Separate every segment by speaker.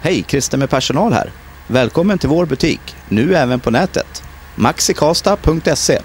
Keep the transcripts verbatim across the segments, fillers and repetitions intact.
Speaker 1: Hej, Christer med personal här. Välkommen till vår butik, nu även på nätet. maxikasta punkt se.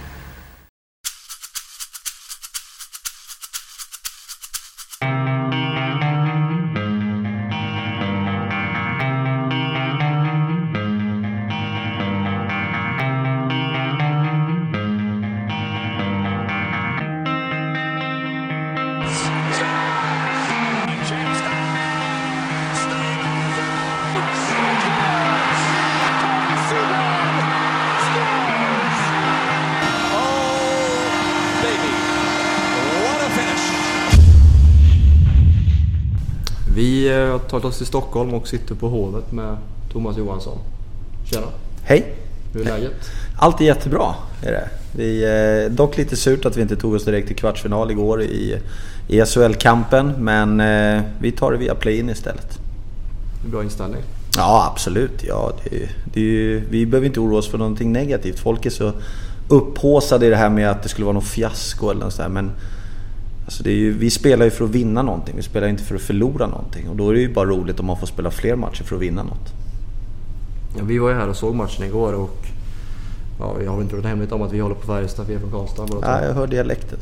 Speaker 2: Vi har tagit oss till Stockholm och sitter på Hovet med Thomas Johansson. Tjena.
Speaker 3: Hej.
Speaker 2: Hur är läget?
Speaker 3: Allt är jättebra är det. Vi är dock lite surt att vi inte tog oss direkt till kvartsfinal igår i, i S H L-kampen. Men eh, vi tar det via play-in istället.
Speaker 2: Bra inställning.
Speaker 3: Ja, absolut. Ja, det, det är ju, vi behöver inte oroa oss för någonting negativt. Folk är så upphåsade i det här med att det skulle vara något fiasko eller något sådär. Men alltså det är ju, vi spelar ju för att vinna någonting. Vi spelar inte för att förlora någonting. Och då är det ju bara roligt om man får spela fler matcher för att vinna något.
Speaker 2: Ja, vi var ju här och såg matchen igår och ja, jag har inte varit hemligt om att vi håller på Färjestad, vi är från Karlstad.
Speaker 3: Ja, jag hör dialekten.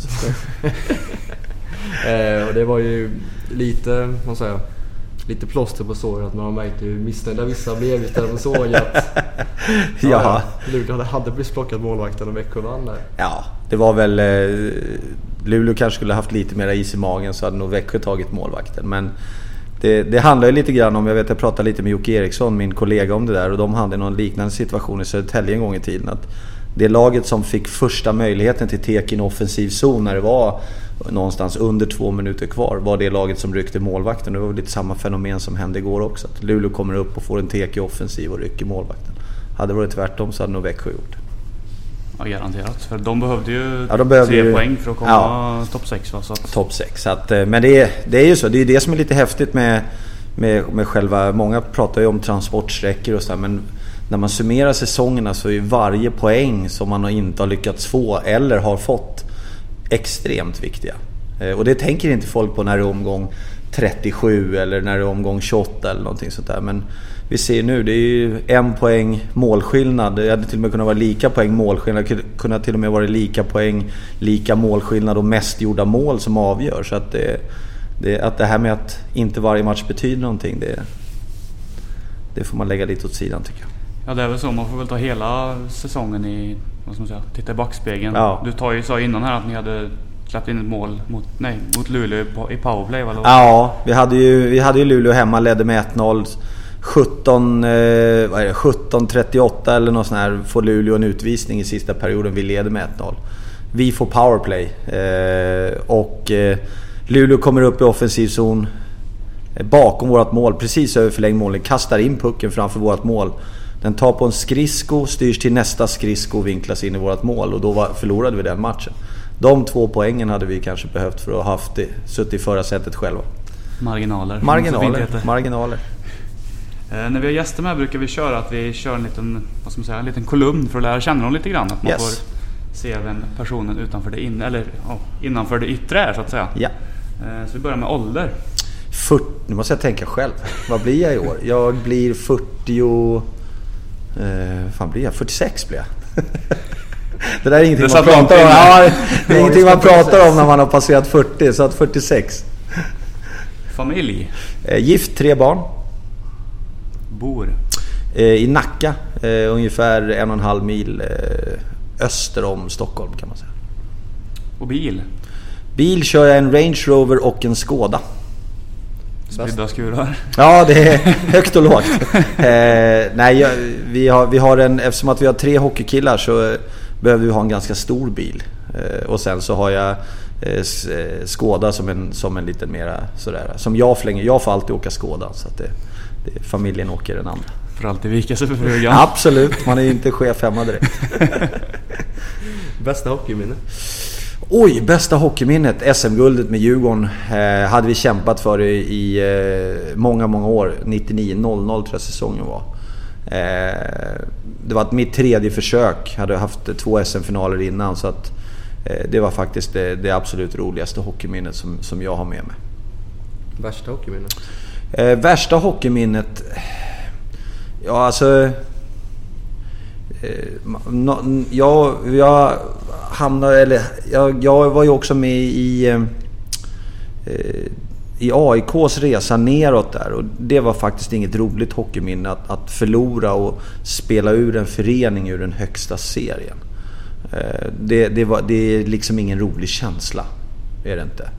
Speaker 2: eh, och det var ju lite, man säger, lite plåster på såret att man har märkt hur missnöjda vissa blev istället för såg att ja, ja, Luleå hade, hade blivit plockat målvakten och Växjö vann där.
Speaker 3: Ja, det var väl eh, Luleå kanske skulle haft lite mer is i magen, så hade nog Växjö tagit målvakten. Men det, det handlar ju lite grann om, jag vet jag pratade lite med Jocke Eriksson, min kollega, om det där. Och de hade någon liknande situation i Södertälje en gång i tiden. Att det laget som fick första möjligheten till tek i en offensiv zon när det var någonstans under två minuter kvar var det laget som ryckte målvakten. Det var lite samma fenomen som hände igår också. Att Luleå kommer upp och får en tek i offensiv och rycker målvakten. Hade det varit tvärtom så hade nog Växjö gjort.
Speaker 4: Ja, garanterat. För de behövde ju
Speaker 3: ja, de behövde
Speaker 4: tre
Speaker 3: ju,
Speaker 4: poäng för att komma ja, topp sex. Va? Så att...
Speaker 3: Topp sex. Så att, men det är, det är ju så. Det är det som är lite häftigt med, med, med själva... Många pratar ju om transportsträckor och så här, men när man summerar säsongerna så är varje poäng som man inte har lyckats få eller har fått extremt viktiga. Och det tänker inte folk på när det är omgång trettiosju eller när det är omgång tjugoåtta eller någonting sånt där. Men vi ser nu, det är ju en poäng målskillnad. Det hade till och med kunnat vara lika poäng målskillnad. Det kunde till och med vara lika poäng, lika målskillnad och mest gjorda mål som avgör. Så att det, det, att det här med att inte varje match betyder någonting, det, det får man lägga lite åt sidan tycker jag.
Speaker 4: Ja, det är väl så. Man får väl ta hela säsongen i, vad ska man säga, titta i backspegeln.
Speaker 3: Ja.
Speaker 4: Du tar ju så innan här att ni hade släppt in ett mål mot, nej, mot Luleå i powerplay. Eller?
Speaker 3: Ja, vi hade ju, vi hade ju Luleå hemma, ledde med ett noll. sjutton, eh, vad är det, sjutton trettioåtta eller något sånt här får Luleå en utvisning i sista perioden. Vi leder med ett noll. Vi får powerplay. Eh, och eh, Luleå kommer upp i offensiv zon eh, bakom vårt mål. Precis över förlängd mål. Kastar in pucken framför vårt mål. Den tar på en skridsko, styrs till nästa skridsko och vinklas in i vårt mål. Och då var, förlorade vi den matchen. De två poängen hade vi kanske behövt för att ha haft det, suttit i förra sättet själva.
Speaker 4: Marginaler.
Speaker 3: Marginaler. Marginaler.
Speaker 4: Eh, när vi har gäster med brukar vi köra att vi kör en liten, vad ska man säga, en liten kolumn för att lära känna dem lite grann. Att man
Speaker 3: yes.
Speaker 4: får se vem personen utanför det in, eller oh, innanför det yttre är så att säga.
Speaker 3: Ja.
Speaker 4: Eh, så vi börjar med ålder.
Speaker 3: fyrtio, nu måste jag tänka själv. Vad blir jag i år? Jag blir fyrtio... Eh, fan blir jag? fyrtiosex blir jag. Det där är ingenting man pratar om. Ja, det är ingenting man pratar om när man har passerat fyrtio, så att fyrtiosex.
Speaker 4: Familj.
Speaker 3: Eh, gift, tre barn.
Speaker 4: Bor.
Speaker 3: Eh, I Nacka, eh, ungefär en och en halv mil eh, öster om Stockholm kan man säga.
Speaker 4: Och bil.
Speaker 3: Bil kör jag en Range Rover och en Skoda.
Speaker 4: Spridda skurar.
Speaker 3: Ja, det är högt och lågt. eh, nej, jag, vi, har, vi har en, eftersom att vi har tre hockeykillar så behöver vi ha en ganska stor bil. Eh, och sen så har jag eh, Skoda som en, som en liten mera sådär. Som jag flänger, jag får alltid åka Skoda så att det, det, familjen åker den andra.
Speaker 4: För alltid vika sig för frugan.
Speaker 3: Absolut, man är ju inte chef hemma direkt.
Speaker 2: Bästa hockeyminne?
Speaker 3: Oj, bästa hockeyminnet. S M-guldet med Djurgården eh, hade vi kämpat för i, i eh, många, många år. nittionio noll noll tror jag säsongen var. Eh, det var mitt tredje försök. Jag hade haft två S M-finaler innan. Så att, eh, det var faktiskt det, det absolut roligaste hockeyminnet som, som jag har med mig.
Speaker 2: Värsta hockeyminnet?
Speaker 3: Eh, värsta hockeyminnet... Ja, alltså... Eh, jag, jag hamnade... Eller, jag, jag var ju också med i... Eh, i A I K:s resa neråt där, och det var faktiskt inget roligt hockeyminne att, att förlora och spela ur en förening ur den högsta serien. Det, det, var, det är liksom ingen rolig känsla, är det inte.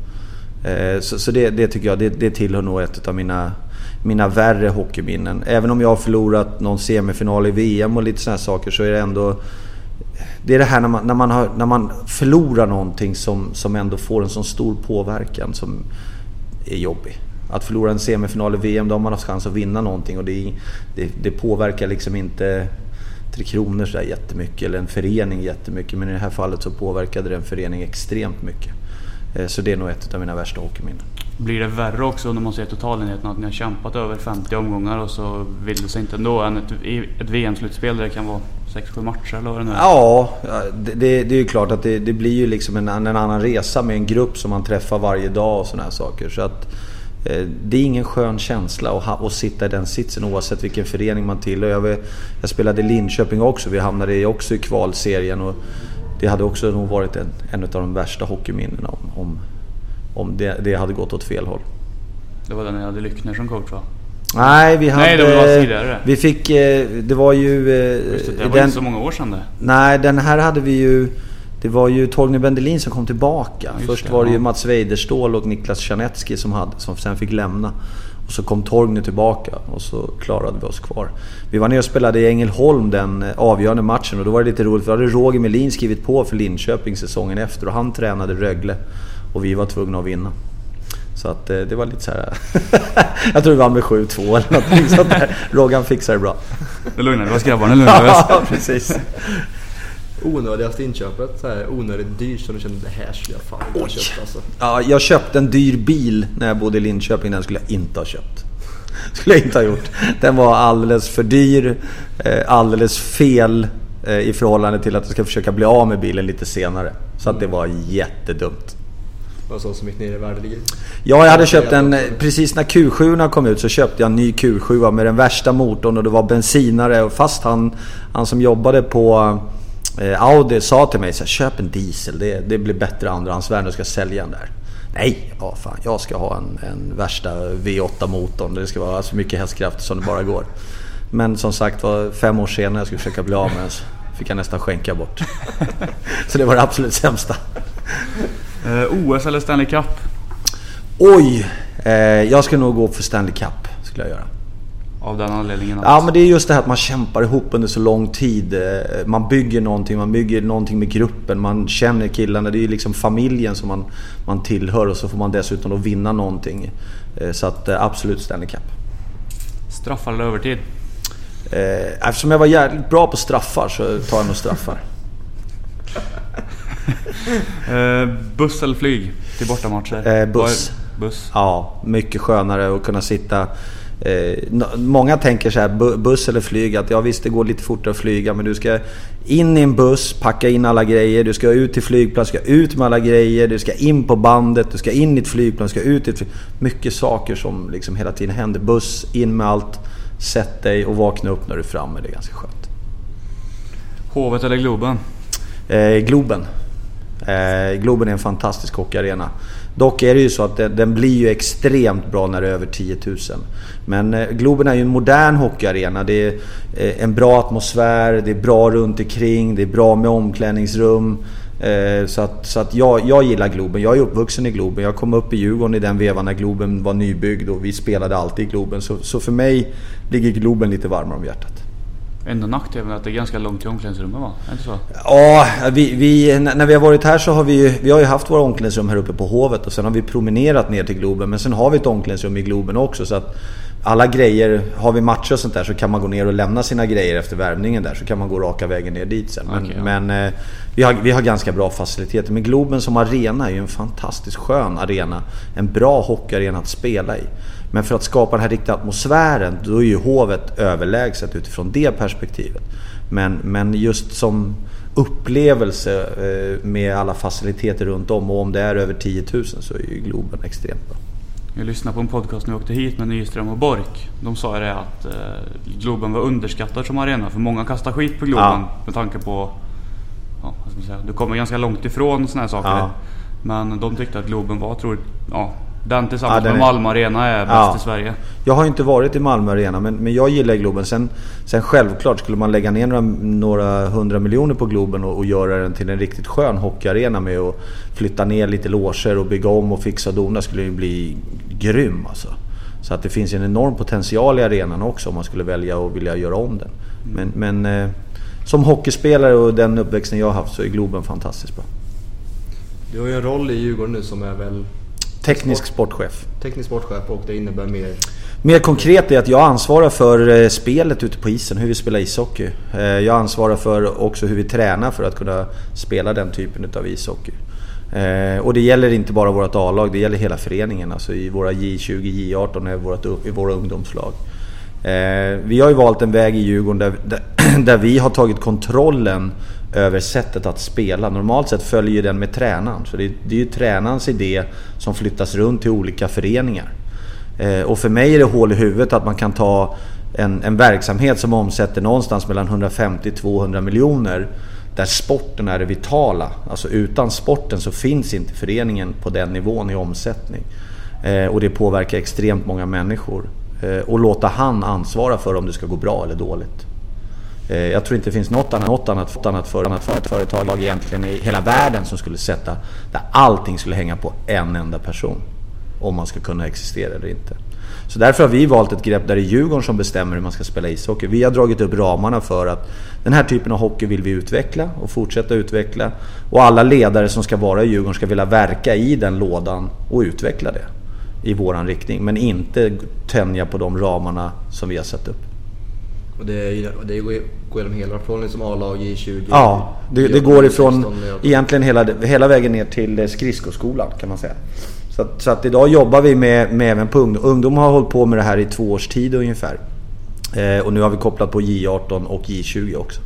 Speaker 3: Så, så det, det tycker jag, det, det tillhör nog ett av mina, mina värre hockeyminnen. Även om jag har förlorat någon semifinal i V M och lite såna här saker, så är det ändå... Det är det här när man, när man, har, när man förlorar någonting som, som ändå får en sån stor påverkan som är jobbig. Att förlora en semifinal i V M, då har man haft chans att vinna någonting, och det, det, det påverkar liksom inte Tre Kronor så där jättemycket eller en förening jättemycket, men i det här fallet så påverkade det en förening extremt mycket. Så det är nog ett av mina värsta hockeyminnen.
Speaker 4: Blir det värre också när man ser totalenheten, att ni har kämpat över femtio omgångar och så vill det sig inte ändå än ett, ett V M-slutspel där det kan vara sex sju matcher eller vad det nu är?
Speaker 3: Ja, det, det, det är ju klart att det, det blir ju liksom en, en annan resa med en grupp som man träffar varje dag och såna här saker. Så att eh, det är ingen skön känsla att, ha, att sitta i den sitsen oavsett vilken förening man tillhör. Jag, jag spelade i Linköping också, vi hamnade också i kvalserien, och det hade också nog varit en, en av de värsta hockeyminnena om, om, om det, det hade gått åt fel håll.
Speaker 4: Det var den jag hade Lyckner som coach, va?
Speaker 3: Nej, vi hade...
Speaker 4: Nej, det var tidigare.
Speaker 3: Vi fick... Det var ju...
Speaker 4: Just det, det var den, inte så många år sedan det.
Speaker 3: Nej, den här hade vi ju... Det var ju Torgny Bendelin som kom tillbaka. Just Först det, var det ja. ju Mats Weiderstål och Niklas Janetski som, hade, som sen fick lämna. Och så kom Torgny tillbaka och så klarade vi oss kvar. Vi var nere och spelade i Ängelholm den avgörande matchen, och då var det lite roligt. För då hade Roger Melin skrivit på för Linköping säsongen efter, och han tränade Rögle och vi var tvungna att vinna. Så att det var lite så här. Jag tror det var med sju två eller någonting sånt där. Rogan fixar det bra.
Speaker 4: Det lugnar, det var grabbarna lugnar.
Speaker 3: Ja, precis.
Speaker 2: Onödigaste inköpet, så här onödigt dyrt som du kände, det här skulle jag fan inte ha köpt alltså.
Speaker 3: Ja, jag köpte en dyr bil när jag bodde i Linköping. Den skulle jag inte ha köpt. Skulle jag inte ha gjort. Den var alldeles för dyr, alldeles fel i förhållande till att jag ska försöka bli av med bilen lite senare. Så att det var jättedumt.
Speaker 2: Vad så som gick ner i värde ligger?
Speaker 3: Ja, jag hade köpt en, precis när Q sju kom ut så köpte jag en ny Q sju med den värsta motorn, och det var bensinare, och fast han, han som jobbade på eh, Audi sa till mig så här, köp en diesel, det, det blir bättre andrahandsvärde, du ska sälja den där. Nej, ja, fan, jag ska ha en, en värsta V åtta motorn, det ska vara så mycket hästkraft som det bara går. Men som sagt, var fem år senare jag skulle försöka bli av med den, så fick jag nästan skänka bort. Så det var det absolut sämsta.
Speaker 4: Uh, O S eller Stanley Cup?
Speaker 3: Oj, eh, jag skulle nog gå för Stanley Cup, skulle jag göra.
Speaker 4: Av den anledningen?
Speaker 3: Ja, men det är just det här att man kämpar ihop under så lång tid. Man bygger någonting, man bygger någonting med gruppen, man känner killarna, det är ju liksom familjen som man, man tillhör, och så får man dessutom då vinna någonting. Så att absolut Stanley Cup.
Speaker 4: Straffar eller övertid?
Speaker 3: Eh, eftersom jag var jävligt bra på straffar så tar jag nog straffar.
Speaker 4: eh, buss eller flyg till bortamatcher?
Speaker 3: Eh, buss.
Speaker 4: Buss.
Speaker 3: Ja, mycket skönare att kunna sitta. Eh, många tänker så här, buss eller flyg, att ja visst det går lite fortare att flyga, men du ska in i en buss, packa in alla grejer, du ska ut till flygplats, du ska ut med alla grejer, du ska in på bandet, du ska in i ett flygplan, du ska ut i ett flyg... mycket saker som liksom hela tiden händer. Buss, in med allt, sätt dig och vakna upp när du är framme, det är ganska skönt.
Speaker 4: Hovet eller Globen?
Speaker 3: Eh, Globen. Eh, Globen är en fantastisk hockeyarena. Dock är det ju så att den, den blir ju extremt bra när det är över tio tusen. Men eh, Globen är ju en modern hockeyarena. Det är eh, en bra atmosfär, det är bra runt omkring, det är bra med omklädningsrum. Eh, så att, så att jag, jag gillar Globen. Jag är uppvuxen i Globen. Jag kom upp i Djurgården i den vevan när Globen var nybyggd, och vi spelade alltid i Globen. Så, så för mig ligger Globen lite varmare om hjärtat.
Speaker 4: Ändå nackdelen att det är ganska långt till omklädningsrummet, va? Är inte så?
Speaker 3: Ja, vi, vi, när vi har varit här så har vi, vi har ju haft våra omklädningsrum här uppe på Hovet, och sen har vi promenerat ner till Globen, men sen har vi ett omklädningsrum i Globen också, så att alla grejer, har vi matcher och sånt där så kan man gå ner och lämna sina grejer efter värvningen där, så kan man gå raka vägen ner dit sen. Men, okay, ja. men eh, vi, har, vi har ganska bra faciliteter, men Globen som arena är ju en fantastiskt skön arena, en bra hockeyarena att spela i. Men för att skapa den här riktiga atmosfären, då är ju Hovet överlägset utifrån det perspektivet. Men, men just som upplevelse eh, med alla faciliteter runt om, och om det är över tio tusen så är ju Globen extremt bra.
Speaker 4: Jag lyssnade på en podcast när jag åkte hit med Nyström och Bork. De sa det att eh, Globen var underskattad som arena. För många kastar skit på Globen ja. med tanke på... Ja, vad ska man säga, du kommer ganska långt ifrån såna här saker. Ja. Men de tyckte att Globen var, tror ja, den tillsammans ja, den med är... Malmö Arena är bäst ja. i Sverige.
Speaker 3: Jag har inte varit i Malmö Arena, men, men jag gillar Globen. Sen, sen självklart skulle man lägga ner några, några hundra miljoner på Globen och, och göra den till en riktigt skön hockeyarena med att flytta ner lite loger och bygga om och fixa dona, skulle ju bli grym alltså. Så att det finns en enorm potential i arenan också om man skulle välja och vilja göra om den. Men, men eh, som hockeyspelare och den uppväxten jag har haft så är Globen fantastiskt bra.
Speaker 2: Du har ju en roll i Djurgården nu som är väl...
Speaker 3: Teknisk sport, sportchef.
Speaker 2: Teknisk sportchef, och det innebär mer...
Speaker 3: Mer konkret är att jag ansvarar för eh, spelet ute på isen, hur vi spelar ishockey. Eh, jag ansvarar för också hur vi tränar för att kunna spela den typen av ishockey. Eh, och det gäller inte bara vårt A-lag, det gäller hela föreningen. Alltså i våra J tjugo, J arton och vårat, i våra ungdomslag. Eh, vi har ju valt en väg i Djurgården där, där, där vi har tagit kontrollen över sättet att spela. Normalt sett följer den med tränaren. Så det, det är ju tränarens idé som flyttas runt till olika föreningar. Eh, och för mig är det hål i huvudet att man kan ta en, en verksamhet som omsätter någonstans mellan hundrafemtio till tvåhundra miljoner, där sporten är det vitala. Alltså utan sporten så finns inte föreningen på den nivån i omsättning. Eh, och det påverkar extremt många människor. Eh, och låta han ansvara för om det ska gå bra eller dåligt. Jag tror inte det finns något annat, något annat, annat, för, annat för ett företag egentligen i hela världen som skulle sätta där allting skulle hänga på en enda person om man ska kunna existera eller inte. Så därför har vi valt ett grepp där det är Djurgården som bestämmer hur man ska spela ishockey. Vi har dragit upp ramarna för att den här typen av hockey vill vi utveckla och fortsätta utveckla. Och alla ledare som ska vara i Djurgården ska vilja verka i den lådan och utveckla det i våran riktning. Men inte tänja på de ramarna som vi har satt upp.
Speaker 2: Och det, det går genom hela från som A-lag i tjugo.
Speaker 3: Ja, det, det går ifrån egentligen hela, hela vägen ner till skridskoskolan kan man säga. Så att, så att idag jobbar vi med, med även på ungdom. Ungdom har hållit på med det här i två års tid ungefär. Eh, och nu har vi kopplat på J arton och J tjugo också.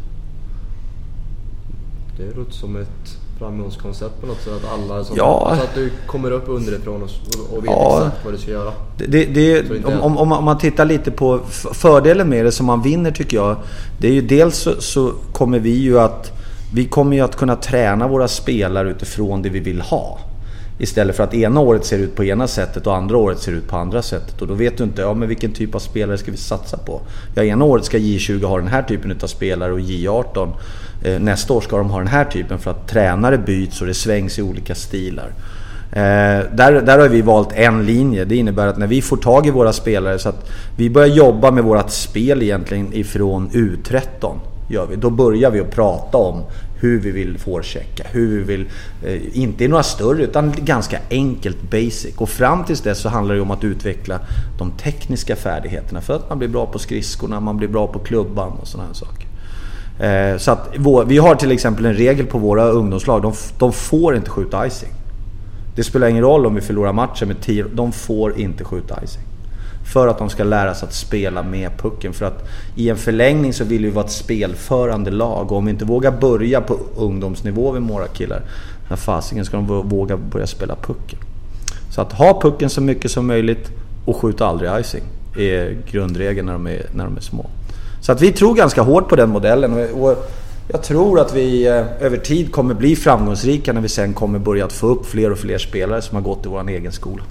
Speaker 2: Det låter som ett framgångskoncept på något sätt, att alla som
Speaker 3: ja.
Speaker 2: alltså att du kommer upp underifrån och, och vet
Speaker 3: ja.
Speaker 2: exakt vad du ska göra.
Speaker 3: Det, det, det, om, om, om man tittar lite på fördelen med det som man vinner tycker jag, det är ju dels så, så kommer vi ju att vi kommer ju att kunna träna våra spelare utifrån det vi vill ha. Istället för att ena året ser ut på ena sättet och andra året ser ut på andra sättet. Och då vet du inte, ja men vilken typ av spelare ska vi satsa på? Ja, ena året ska J tjugo ha den här typen av spelare och J arton eh, nästa år ska de ha den här typen, för att tränare byts och det svängs i olika stilar. Eh, där, där har vi valt en linje. Det innebär att när vi får tag i våra spelare så att vi börjar jobba med vårat spel egentligen ifrån U tretton. Gör vi. Då börjar vi att prata om hur vi vill forechecka, hur vi vill, eh, inte i några större utan ganska enkelt basic. Och fram tills dess så handlar det om att utveckla de tekniska färdigheterna för att man blir bra på skridskorna, man blir bra på klubban och sådana här saker. Eh, så att vår, vi har till exempel en regel på våra ungdomslag, de, de får inte skjuta icing. Det spelar ingen roll om vi förlorar matchen med tio, de får inte skjuta icing. För att de ska lära sig att spela med pucken. För att i en förlängning så vill vi vara ett spelförande lag. Och om vi inte vågar börja på ungdomsnivå med våra killar, när fasingen ska de våga börja spela pucken. Så att ha pucken så mycket som möjligt och skjuta aldrig icing är grundregeln när de är, när de är små. Så att vi tror ganska hårt på den modellen. Och, och jag tror att vi eh, över tid kommer bli framgångsrika när vi sen kommer börja att få upp fler och fler spelare som har gått i vår egen skola.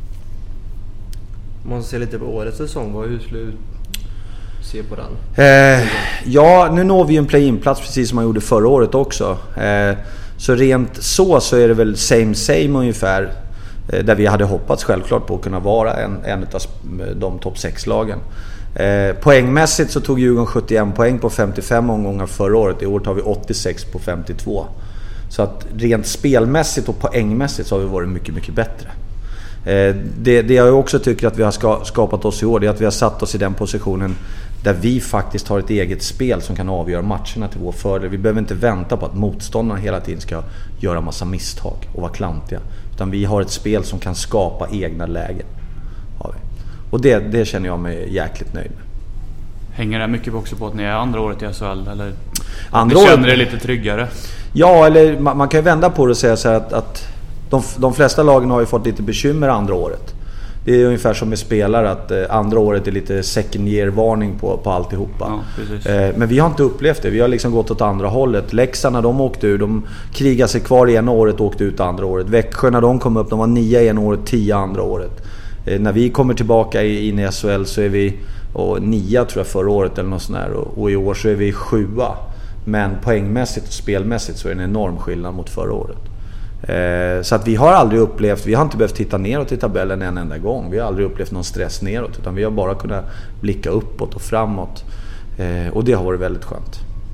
Speaker 2: Om man ser lite på årets säsong, vad hur skulle du se på den?
Speaker 3: Eh, ja, nu når vi en play-in-plats precis som man gjorde förra året också. Eh, så rent så så är det väl same same ungefär. Eh, där vi hade hoppats självklart på att kunna vara en, en av de topp sex-lagen. Eh, poängmässigt så tog Djurgården sjuttioen poäng på femtiofem omgångar förra året. I år tar vi åttiosex på femtiotvå. Så att rent spelmässigt och poängmässigt så har vi varit mycket, mycket bättre. Det, det jag också tycker att vi har skapat oss i år, det är att vi har satt oss i den positionen där vi faktiskt har ett eget spel som kan avgöra matcherna till vår fördel. Vi behöver inte vänta på att motståndarna hela tiden ska göra massa misstag och vara klantiga, utan vi har ett spel som kan skapa egna lägen. Och det, det känner jag mig jäkligt nöjd med.
Speaker 4: Hänger det mycket också på att ni är andra året i S H L, eller
Speaker 3: andra
Speaker 4: ni känner
Speaker 3: året,
Speaker 4: det lite tryggare?
Speaker 3: Ja, eller man, man kan ju vända på det och säga så här att, att de, de flesta lagen har ju fått lite bekymmer andra året. det är ungefär som med spelare att eh, andra året är lite second year varning på, på alltihopa.
Speaker 4: Ja,
Speaker 3: eh, men vi har inte upplevt det. Vi har liksom gått åt andra hållet. Leksand när de åkte ur, de krigade sig kvar i ena året och åkte ut andra året. Växjö när de kom upp, de var nio ena året, tio andra året. Eh, när vi kommer tillbaka in i S H L så är vi och nia tror jag förra året eller något sånt där, och, och i år så är vi sjua. Men poängmässigt och spelmässigt så är det en enorm skillnad mot förra året. Eh, så att vi har aldrig upplevt, vi har inte behövt titta neråt i tabellen en enda gång. Vi har aldrig upplevt någon stress neråt, utan vi har bara kunnat blicka uppåt och framåt. Eh, och det har varit väldigt skönt.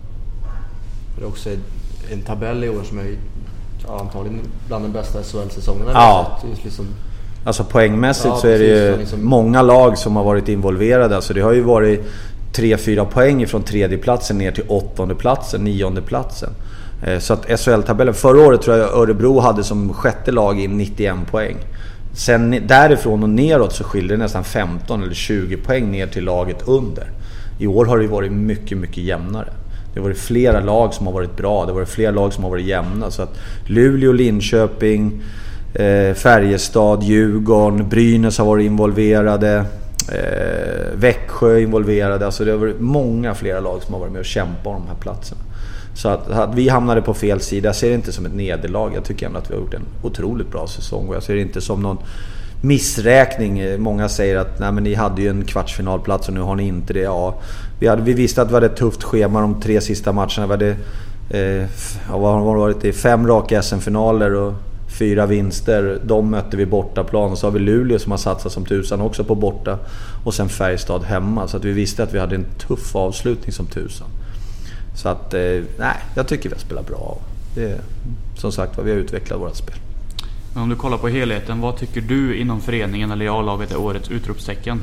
Speaker 2: Det är också en tabell i år som är ja, antagligen bland de bästa S H L-säsongerna.
Speaker 3: Ja.
Speaker 2: Liksom...
Speaker 3: Alltså poängmässigt
Speaker 2: ja,
Speaker 3: så är det ju
Speaker 2: liksom...
Speaker 3: många lag som har varit involverade. Alltså det har ju varit tre fyra poäng från tredje platsen ner till åttonde platsen, nionde platsen. Så att S H L-tabellen, förra året tror jag Örebro hade som sjätte lag in nittioen poäng. Sen därifrån och neråt så skiljer det nästan femton eller tjugo poäng ner till laget under. I år har det varit mycket, mycket jämnare. Det har varit flera lag som har varit bra, det har varit flera lag som har varit jämna. Så att Luleå, Linköping, eh, Färjestad, Djurgården, Brynäs har varit involverade. Eh, Växjö involverade. Alltså det har varit många flera lag som har varit med och kämpat om de här platserna. Så att, att vi hamnade på fel sida, jag ser det inte som ett nederlag. Jag tycker ändå att vi har gjort en otroligt bra säsong. Och jag ser det inte som någon missräkning. Många säger att nej, men ni hade ju en kvartsfinalplats och nu har ni inte det. Ja, vi, hade, vi visste att vi hade ett tufft schema de tre sista matcherna. Vi hade, eh, ja, vad har det varit? Det är fem raka S M-finaler och fyra vinster. De mötte vi bortaplan. Och så har vi Luleå som har satsat som tusan också på borta. Och sen Färjestad hemma. Så att vi visste att vi hade en tuff avslutning som tusan. Så att, eh, nej, jag tycker vi har spelat bra. Det är, som sagt, vad vi har utvecklat vårt spel.
Speaker 4: Men om du kollar på helheten, vad tycker du inom föreningen eller i A-laget är årets utropstecken?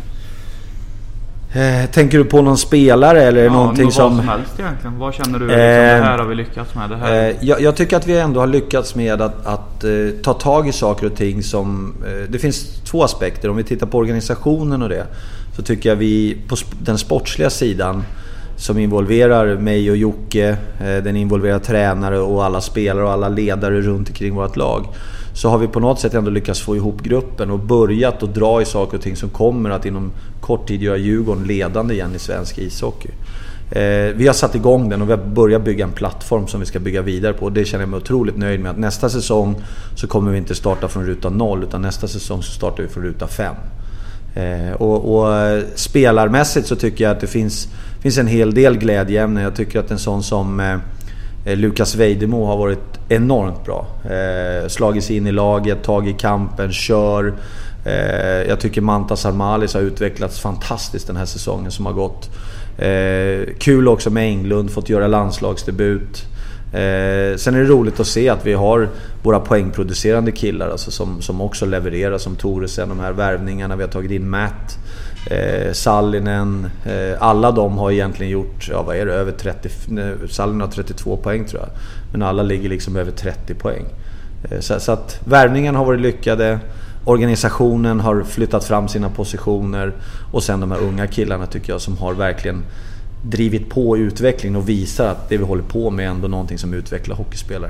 Speaker 3: Eh, tänker du på någon spelare eller
Speaker 4: ja,
Speaker 3: någonting
Speaker 4: vad
Speaker 3: som...
Speaker 4: som helst egentligen. Vad känner du?
Speaker 3: Eh,
Speaker 4: liksom, det här har vi lyckats med. Det här...
Speaker 3: eh, jag, jag tycker att vi ändå har lyckats med att, att eh, ta tag i saker och ting som... Eh, det finns två aspekter. Om vi tittar på organisationen och det, så tycker jag vi på sp- den sportsliga sidan som involverar mig och Jocke, eh, den involverar tränare och alla spelare och alla ledare runt omkring vårt lag, så har vi på något sätt ändå lyckats få ihop gruppen och börjat att dra i saker och ting som kommer att inom kort tid göra Djurgården ledande igen i svensk ishockey. Eh, vi har satt igång den och vi har börjat bygga en plattform som vi ska bygga vidare på, och det känner jag mig otroligt nöjd med. Att nästa säsong så kommer vi inte starta från ruta noll, utan nästa säsong så startar vi från ruta fem. Eh, och, och spelarmässigt så tycker jag att det finns, finns en hel del glädjeämnen. Jag tycker att en sån som eh, Lukas Vejdemo har varit enormt bra. Eh, slagit sig in i laget, tagit kampen, kör. Eh, jag tycker Mantas Armalis har utvecklats fantastiskt den här säsongen som har gått. Eh, kul också med Englund, fått göra landslagsdebut. Eh, sen är det roligt att se att vi har våra poängproducerande killar, alltså som, som också levererar, som Toresen, de här värvningarna. Vi har tagit in Matt, eh, Sallinen, eh, alla de har egentligen gjort, ja vad är det, över trettio, Sallinen har trettiotvå poäng tror jag, men alla ligger liksom över trettio poäng. Eh, så, så att värvningen har varit lyckade, organisationen har flyttat fram sina positioner, och sen de här unga killarna tycker jag som har verkligen drivit på utvecklingen och visar att det vi håller på med är ändå någonting som utvecklar hockeyspelare.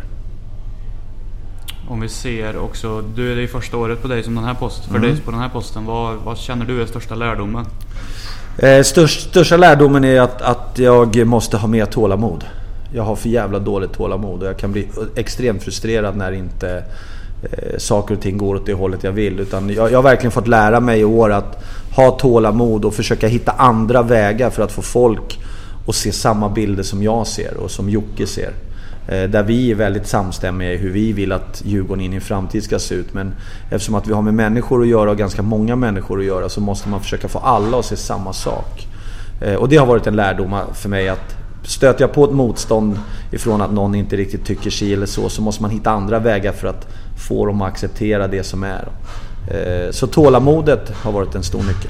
Speaker 4: Om vi ser också, du är det i första året på dig som den här posten, för mm. dig på den här posten, vad, vad känner du är största lärdomen?
Speaker 3: Eh, störst, största lärdomen är att, att jag måste ha mer tålamod. Jag har för jävla dåligt tålamod och jag kan bli extremt frustrerad när inte eh, saker och ting går åt det hållet jag vill. Utan jag, jag har verkligen fått lära mig i år att ha tålamod och försöka hitta andra vägar för att få folk att se samma bilder som jag ser och som Jocke ser. Eh, där vi är väldigt samstämmiga i hur vi vill att Djurgården in i framtid ska se ut. Men eftersom att vi har med människor att göra och ganska många människor att göra, så måste man försöka få alla att se samma sak. Eh, och det har varit en lärdom för mig, att stöter jag på ett motstånd ifrån att någon inte riktigt tycker sig eller så, så måste man hitta andra vägar för att få dem att acceptera det som är. Så tålamodet har varit en stor nyckel.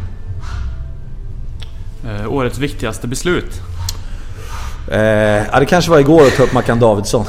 Speaker 4: Eh, årets viktigaste beslut?
Speaker 3: Eh, ja, det kanske var igår att ta upp Mackan Davidsson.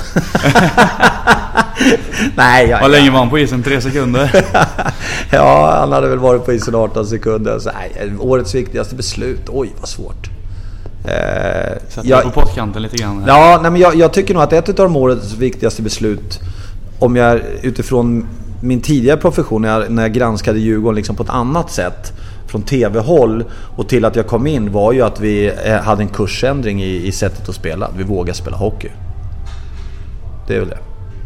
Speaker 3: Nej, ja,
Speaker 4: Vad länge var han på isen? Tre sekunder?
Speaker 3: Ja, han hade väl varit på isen arton sekunder. Så, nej, årets viktigaste beslut, oj vad svårt.
Speaker 4: Eh, Sätter jag på pottkanten lite grann här.
Speaker 3: Ja, nej, men jag, jag tycker nog att ett av de årets viktigaste beslut, om jag utifrån min tidigare profession när jag, när jag granskade Djurgården liksom på ett annat sätt från tv-håll och till att jag kom in var ju att vi hade en kursändring i, i sättet att spela. Vi vågade spela hockey. Det är väl det.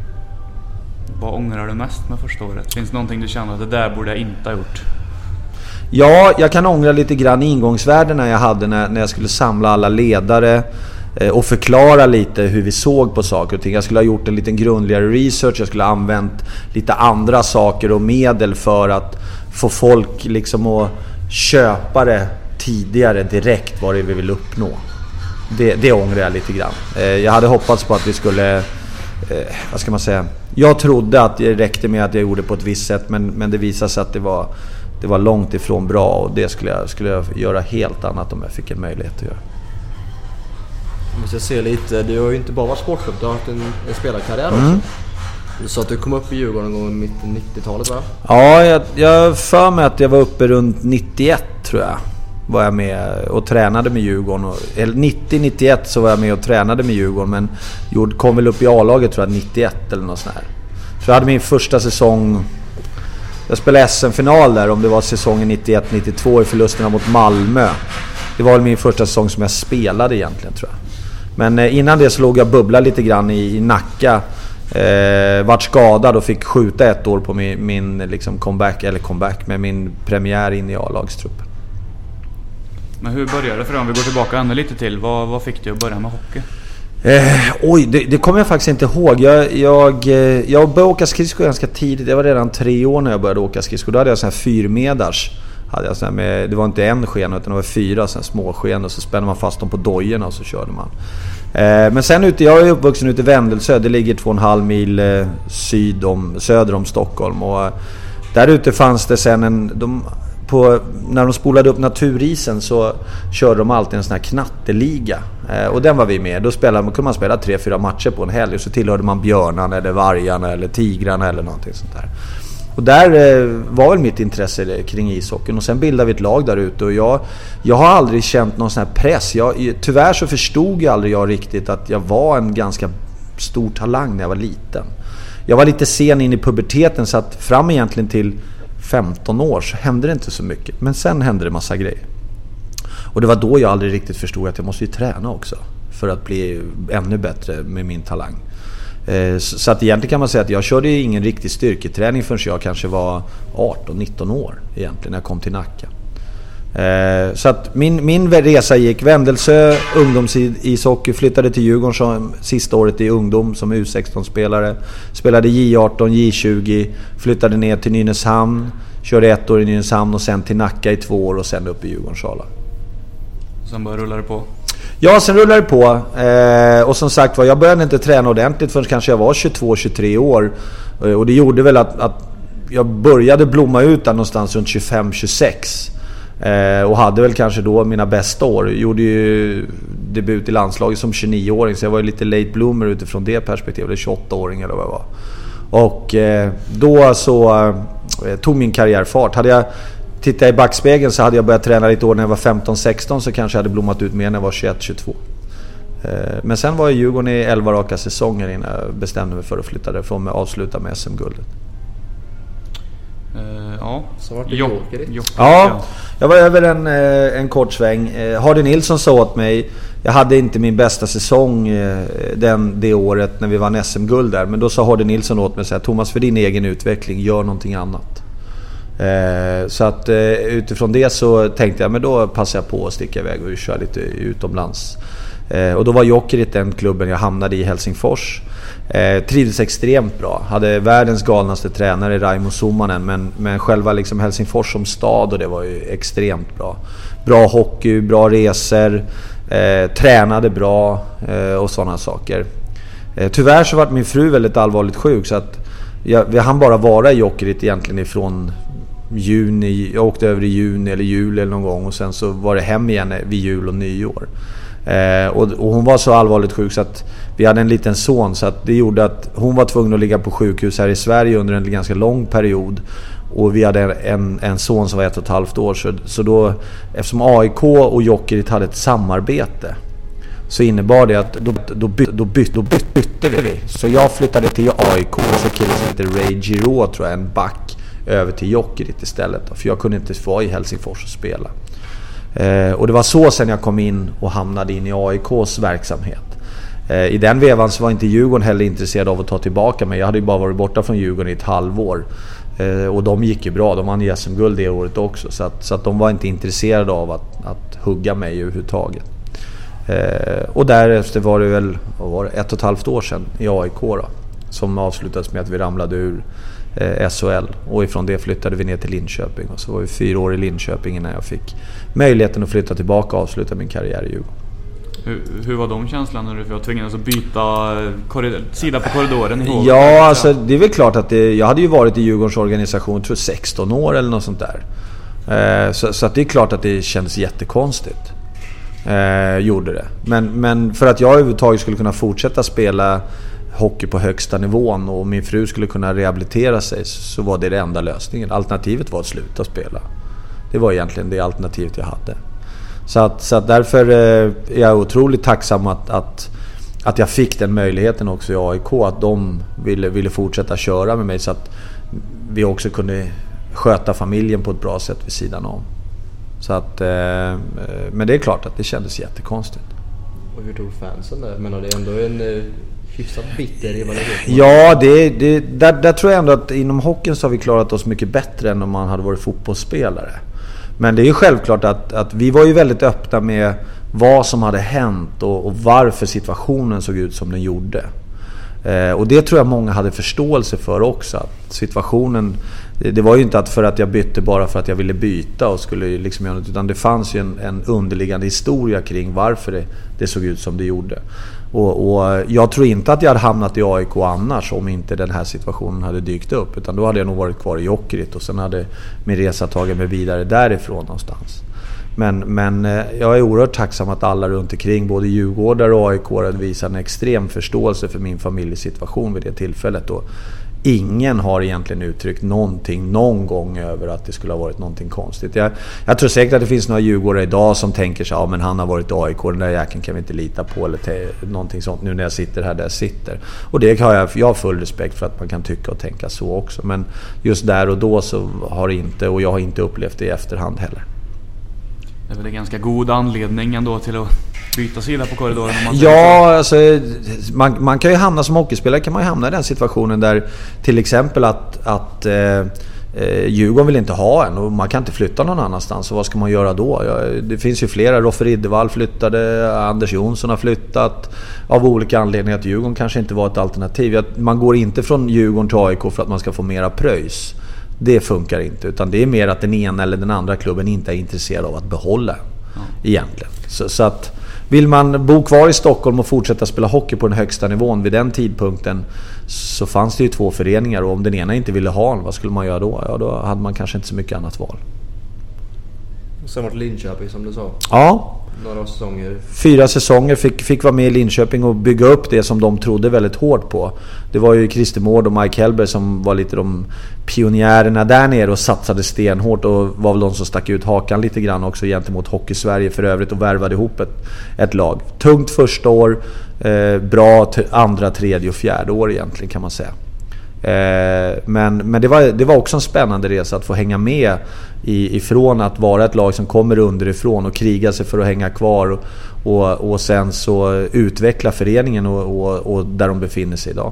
Speaker 4: Vad ångrar du mest med första året? Finns det någonting du känner att det där borde jag inte ha gjort?
Speaker 3: Ja, jag kan ångra lite grann ingångsvärdena jag hade när, när jag skulle samla alla ledare eh, och förklara lite hur vi såg på saker och ting. Jag skulle ha gjort en liten grundligare research, jag skulle ha använt lite andra saker och medel för att få folk liksom att köpa det tidigare direkt vad det vi vill uppnå. Det, det ångrar jag lite grann. Eh, jag hade hoppats på att vi skulle, eh, vad ska man säga, jag trodde att det räckte med att jag gjorde på ett visst sätt, men, men det visade sig att det var Det var långt ifrån bra och det skulle jag, skulle jag göra helt annat om jag fick en möjlighet att göra.
Speaker 2: Jag måste se lite, du har ju inte bara varit sportchef, du har haft en, en spelarkarriär också.
Speaker 3: Mm.
Speaker 2: Du sa att du kom upp i Djurgården någon gång i mitten nittiotalet, va?
Speaker 3: Ja, jag, jag för mig att jag var uppe runt nittioett tror jag. Var jag med och tränade med Djurgården. Och, eller nittio nittioett så var jag med och tränade med Djurgården, men kom väl upp i A-laget tror jag nittioett eller något sånt här. Så jag hade min första säsong. Jag spelade S M-final där, om det var säsongen nittioett nittiotvå i förlusterna mot Malmö. Det var min första säsong som jag spelade egentligen tror jag. Men eh, innan det så låg jag bubbla lite grann i, i Nacka. Eh, vart skadad och fick skjuta ett år på min, min liksom comeback, eller comeback med min premiär in i A-lagstruppen.
Speaker 4: Men hur började det för dig? Om vi går tillbaka ännu lite till. Vad, vad fick du att börja med hockey?
Speaker 3: Eh, oj, det, det kommer jag faktiskt inte ihåg. Jag, jag, jag började åka skridskor ganska tidigt. Jag var redan tre år när jag började åka skridskor. Då hade jag sån här fyrmedars. Hade jag sån här med, det var inte en sken utan det var fyra sån här små sken. Och så spände man fast dem på dojorna och så körde man. Eh, men sen ute, jag är uppvuxen ute i Vändelsö. Det ligger två och en halv mil eh, syd om, söder om Stockholm. Och eh, där ute fanns det sen en... De, På, när de spolade upp naturisen så körde de alltid en sån här knatteliga. Eh, och den var vi med. Då spelade, kunde man spela tre, fyra matcher på en helg. Och så tillhörde man björnarna eller vargarna eller tigrarna eller någonting sånt där. Och där eh, var väl mitt intresse kring ishockeyn. Och sen bildade vi ett lag där ute. Och jag, jag har aldrig känt någon sån här press. Jag, tyvärr så förstod jag aldrig jag riktigt att jag var en ganska stor talang när jag var liten. Jag var lite sen in i puberteten, så att fram egentligen till femton år så hände det inte så mycket. Men sen hände det massa grejer. Och det var då jag aldrig riktigt förstod att jag måste ju träna också för att bli ännu bättre med min talang. Eh, så att egentligen kan man säga att jag körde ingen riktig styrketräning förrän jag kanske var arton nitton år egentligen när jag kom till Nacka. Eh, så att min, min resa gick Vändelsö, ungdomsishockey, flyttade till Djurgården som sista året i ungdom som U sexton-spelare. Spelade J arton, J tjugo, flyttade ner till Nynäshamn, körde ett år i Nynäshamn och sen till Nacka i två år och sen upp i Djurgårdens sala.
Speaker 4: Sen bara rullade det på?
Speaker 3: Ja, sen rullade det på. Eh, och som sagt var, jag började inte träna ordentligt förrän kanske jag var tjugotvå tjugotre år. Eh, och det gjorde väl att, att jag började blomma ut där någonstans runt tjugofem tjugosex. Eh, och hade väl kanske då mina bästa år. Gjorde ju debut i landslaget som tjugonio-åring, så jag var ju lite late bloomer utifrån det perspektivet. Eller tjugoåtta-åring eller vad jag var. Och eh, då så eh, tog min karriär fart. Hade jag tittat i backspegeln så hade jag börjat träna lite år när jag var femton sexton, så kanske jag hade blommat ut mer när jag var tjugoett tjugotvå. Eh, men sen var jag i Djurgården i elva raka säsonger innan jag bestämde mig för att flytta därifrån med avsluta med S M-guldet.
Speaker 4: Uh, ja,
Speaker 2: så var det
Speaker 4: jo,
Speaker 2: Jokerit.
Speaker 4: jo,
Speaker 3: ja, jag var över en, en kort sväng. Hardy Nilsson sa åt mig, jag hade inte min bästa säsong den, det året när vi vann S M-guld där, men då sa Hardy Nilsson åt mig så här: Thomas, för din egen utveckling, gör någonting annat. Eh, så att eh, utifrån det så tänkte jag, men då passar jag på att sticka iväg och köra lite utomlands. Eh, och då var Jokerit den klubben jag hamnade i, Helsingfors. Eh, trivdes extremt bra. Hade världens galnaste tränare, Raimo Summanen, men, men själva liksom Helsingfors som stad, och det var ju extremt bra. Bra hockey, bra resor, eh, tränade bra eh, och sådana saker. Eh, tyvärr så var min fru väldigt allvarligt sjuk, så att jag, vi hann bara vara i Jokerit egentligen ifrån juni. Jag åkte över i juni eller jul eller någon gång, och sen så var det hem igen vid jul och nyår. Eh, och, och hon var så allvarligt sjuk så att vi hade en liten son, så att det gjorde att hon var tvungen att ligga på sjukhus här i Sverige under en ganska lång period. Och vi hade en, en son som var ett och ett halvt år, så, så då, eftersom A I K och Jokerit hade ett samarbete, så innebar det att då, då, byt, då, byt, då byt, bytte vi. Så jag flyttade till A I K och så killen som heter Ray Giro, tror jag, en back, över till Jokerit istället då, för jag kunde inte få i Helsingfors och spela. Eh, och det var så sen jag kom in och hamnade in i A I K:s verksamhet. Eh, I den vevan så var inte Djurgården heller intresserad av att ta tillbaka mig. Jag hade ju bara varit borta från Djurgården i ett halvår. Eh, och de gick ju bra, de vann S M-guld det året också. Så att, så att de var inte intresserade av att, att hugga mig överhuvudtaget. Eh, och därefter var det väl vad var det, ett och ett halvt år sedan i A I K då, som avslutades med att vi ramlade ur eh, S H L, och ifrån det flyttade vi ner till Linköping, och så var vi fyra år i Linköping innan jag fick möjligheten att flytta tillbaka och avsluta min karriär i Djurgården.
Speaker 4: Hur, hur var de känslan när du var tvingad att byta korridor, sida på korridoren ihåg?
Speaker 3: Ja, alltså det är väl klart att det, jag hade ju varit i Djurgårdens organisation tror sexton år eller något sånt där. Eh, så, så att det är klart att det kändes jättekonstigt. Eh, gjorde det. Men, men för att jag överhuvudtaget skulle kunna fortsätta spela hockey på högsta nivån och min fru skulle kunna rehabilitera sig, så var det det enda lösningen. Alternativet var att sluta spela. Det var egentligen det alternativet jag hade. Så, att, så att därför är jag otroligt tacksam att, att, att jag fick den möjligheten också i A I K, att de ville, ville fortsätta köra med mig så att vi också kunde sköta familjen på ett bra sätt vid sidan om. Så att, eh, men det är klart att det kändes jättekonstigt.
Speaker 2: Och hur tog fansen det? Men det är ändå en eh, hyfsat bitter rivalitet.
Speaker 3: Ja, det, det, där, där tror jag ändå att inom hockeyn så har vi klarat oss mycket bättre än om man hade varit fotbollsspelare. Men det är ju självklart att, att vi var ju väldigt öppna med vad som hade hänt och, och varför situationen såg ut som den gjorde. Eh, och det tror jag många hade förståelse för också. Att situationen, det, det var ju inte att för att jag bytte bara för att jag ville byta och skulle liksom göra något, utan det fanns ju en, en underliggande historia kring varför det, det såg ut som det gjorde. Och, och jag tror inte att jag hade hamnat i A I K annars om inte den här situationen hade dykt upp, utan då hade jag nog varit kvar i Jokerit och sen hade min resa tagit mig vidare därifrån någonstans. Men, men jag är oerhört tacksam att alla runt omkring, både Djurgårdare och A I K, visar en extrem förståelse för min familjesituation vid det tillfället. Och ingen har egentligen uttryckt någonting någon gång över att det skulle ha varit någonting konstigt. Jag, jag tror säkert att det finns några Djurgårdare idag som tänker sig, ja men han har varit A I K, den där jäkeln kan vi inte lita på eller te, någonting sånt nu när jag sitter här där jag sitter. Och det har jag, jag har full respekt för att man kan tycka och tänka så också. Men just där och då så har det inte, och jag har inte upplevt det i efterhand heller.
Speaker 4: Det är väl en ganska god anledning ändå till att byta sida på korridoren om man
Speaker 3: ja, alltså, man, man kan ju hamna som hockeyspelare, kan man ju hamna i den situationen där till exempel att, att eh, Djurgården vill inte ha en och man kan inte flytta någon annanstans, så vad ska man göra då? Ja, det finns ju flera, Roffe Riddervall flyttade, Anders Jonsson har flyttat av olika anledningar, att Djurgården kanske inte var ett alternativ. Man går inte från Djurgården till A I K för att man ska få mera pröjs. Det funkar inte, utan det är mer att den ena eller den andra klubben inte är intresserad av att behålla ja. egentligen. Så, så att vill man bo kvar i Stockholm och fortsätta spela hockey på den högsta nivån vid den tidpunkten, så fanns det ju två föreningar, och om den ena inte ville ha en, vad skulle man göra då? Ja, då hade man kanske inte så mycket annat val.
Speaker 2: Och sen var det Linköping som du sa.
Speaker 3: Ja.
Speaker 2: Några säsonger.
Speaker 3: Fyra säsonger fick, fick vara med i Linköping och bygga upp det som de trodde väldigt hårt på. Det var ju Christer Mård och Mike Hellberg som var lite de pionjärerna där nere och satsade stenhårt, och var väl de som stack ut hakan lite grann också gentemot Hockey Sverige för övrigt och värvade ihop ett, ett lag. Tungt första år, eh, bra t- andra, tredje och fjärde år egentligen kan man säga. Eh, men men det, var, det var också en spännande resa att få hänga med i, ifrån att vara ett lag som kommer underifrån och kriga sig för att hänga kvar och, och, och sen så utveckla föreningen och, och, och där de befinner sig idag.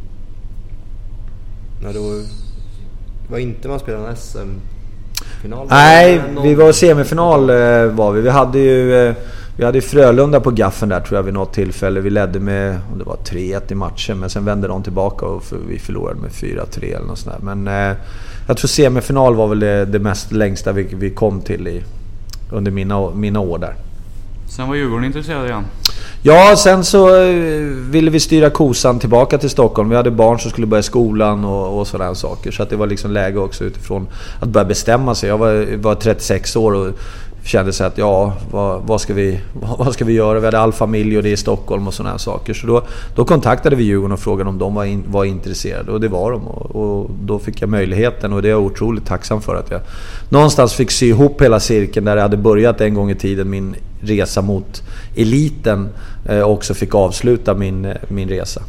Speaker 2: Nej, då var inte man spelade en S M-final?
Speaker 3: Nej, vi var semifinal eh, var vi. Vi hade ju eh, vi hade Frölunda på gaffen där tror jag vid något tillfälle. Vi ledde med, om det var tre ett i matchen, men sen vände de tillbaka och för, vi förlorade med fyra tre eller något sånt där. Men eh, jag tror semifinal var väl det, det mest längsta vi, vi kom till i, under mina, mina år där.
Speaker 4: Sen var Djurgården intresserad igen.
Speaker 3: Ja, sen så ville vi styra kosan tillbaka till Stockholm. Vi hade barn som skulle börja skolan och, och sådana saker. Så att det var liksom läge också utifrån att börja bestämma sig. Jag var, var trettiosex år och kände sig att ja, vad, vad, ska vi, vad ska vi göra? Vi hade all familj och det är i Stockholm och sådana saker. Så då, då kontaktade vi Djurgården och frågade om de var, in, var intresserade. Och det var de. Och, och då fick jag möjligheten, och det är jag otroligt tacksam för, att jag någonstans fick sy ihop hela cirkeln där jag hade börjat en gång i tiden min resa mot eliten eh, också fick avsluta min, min resa.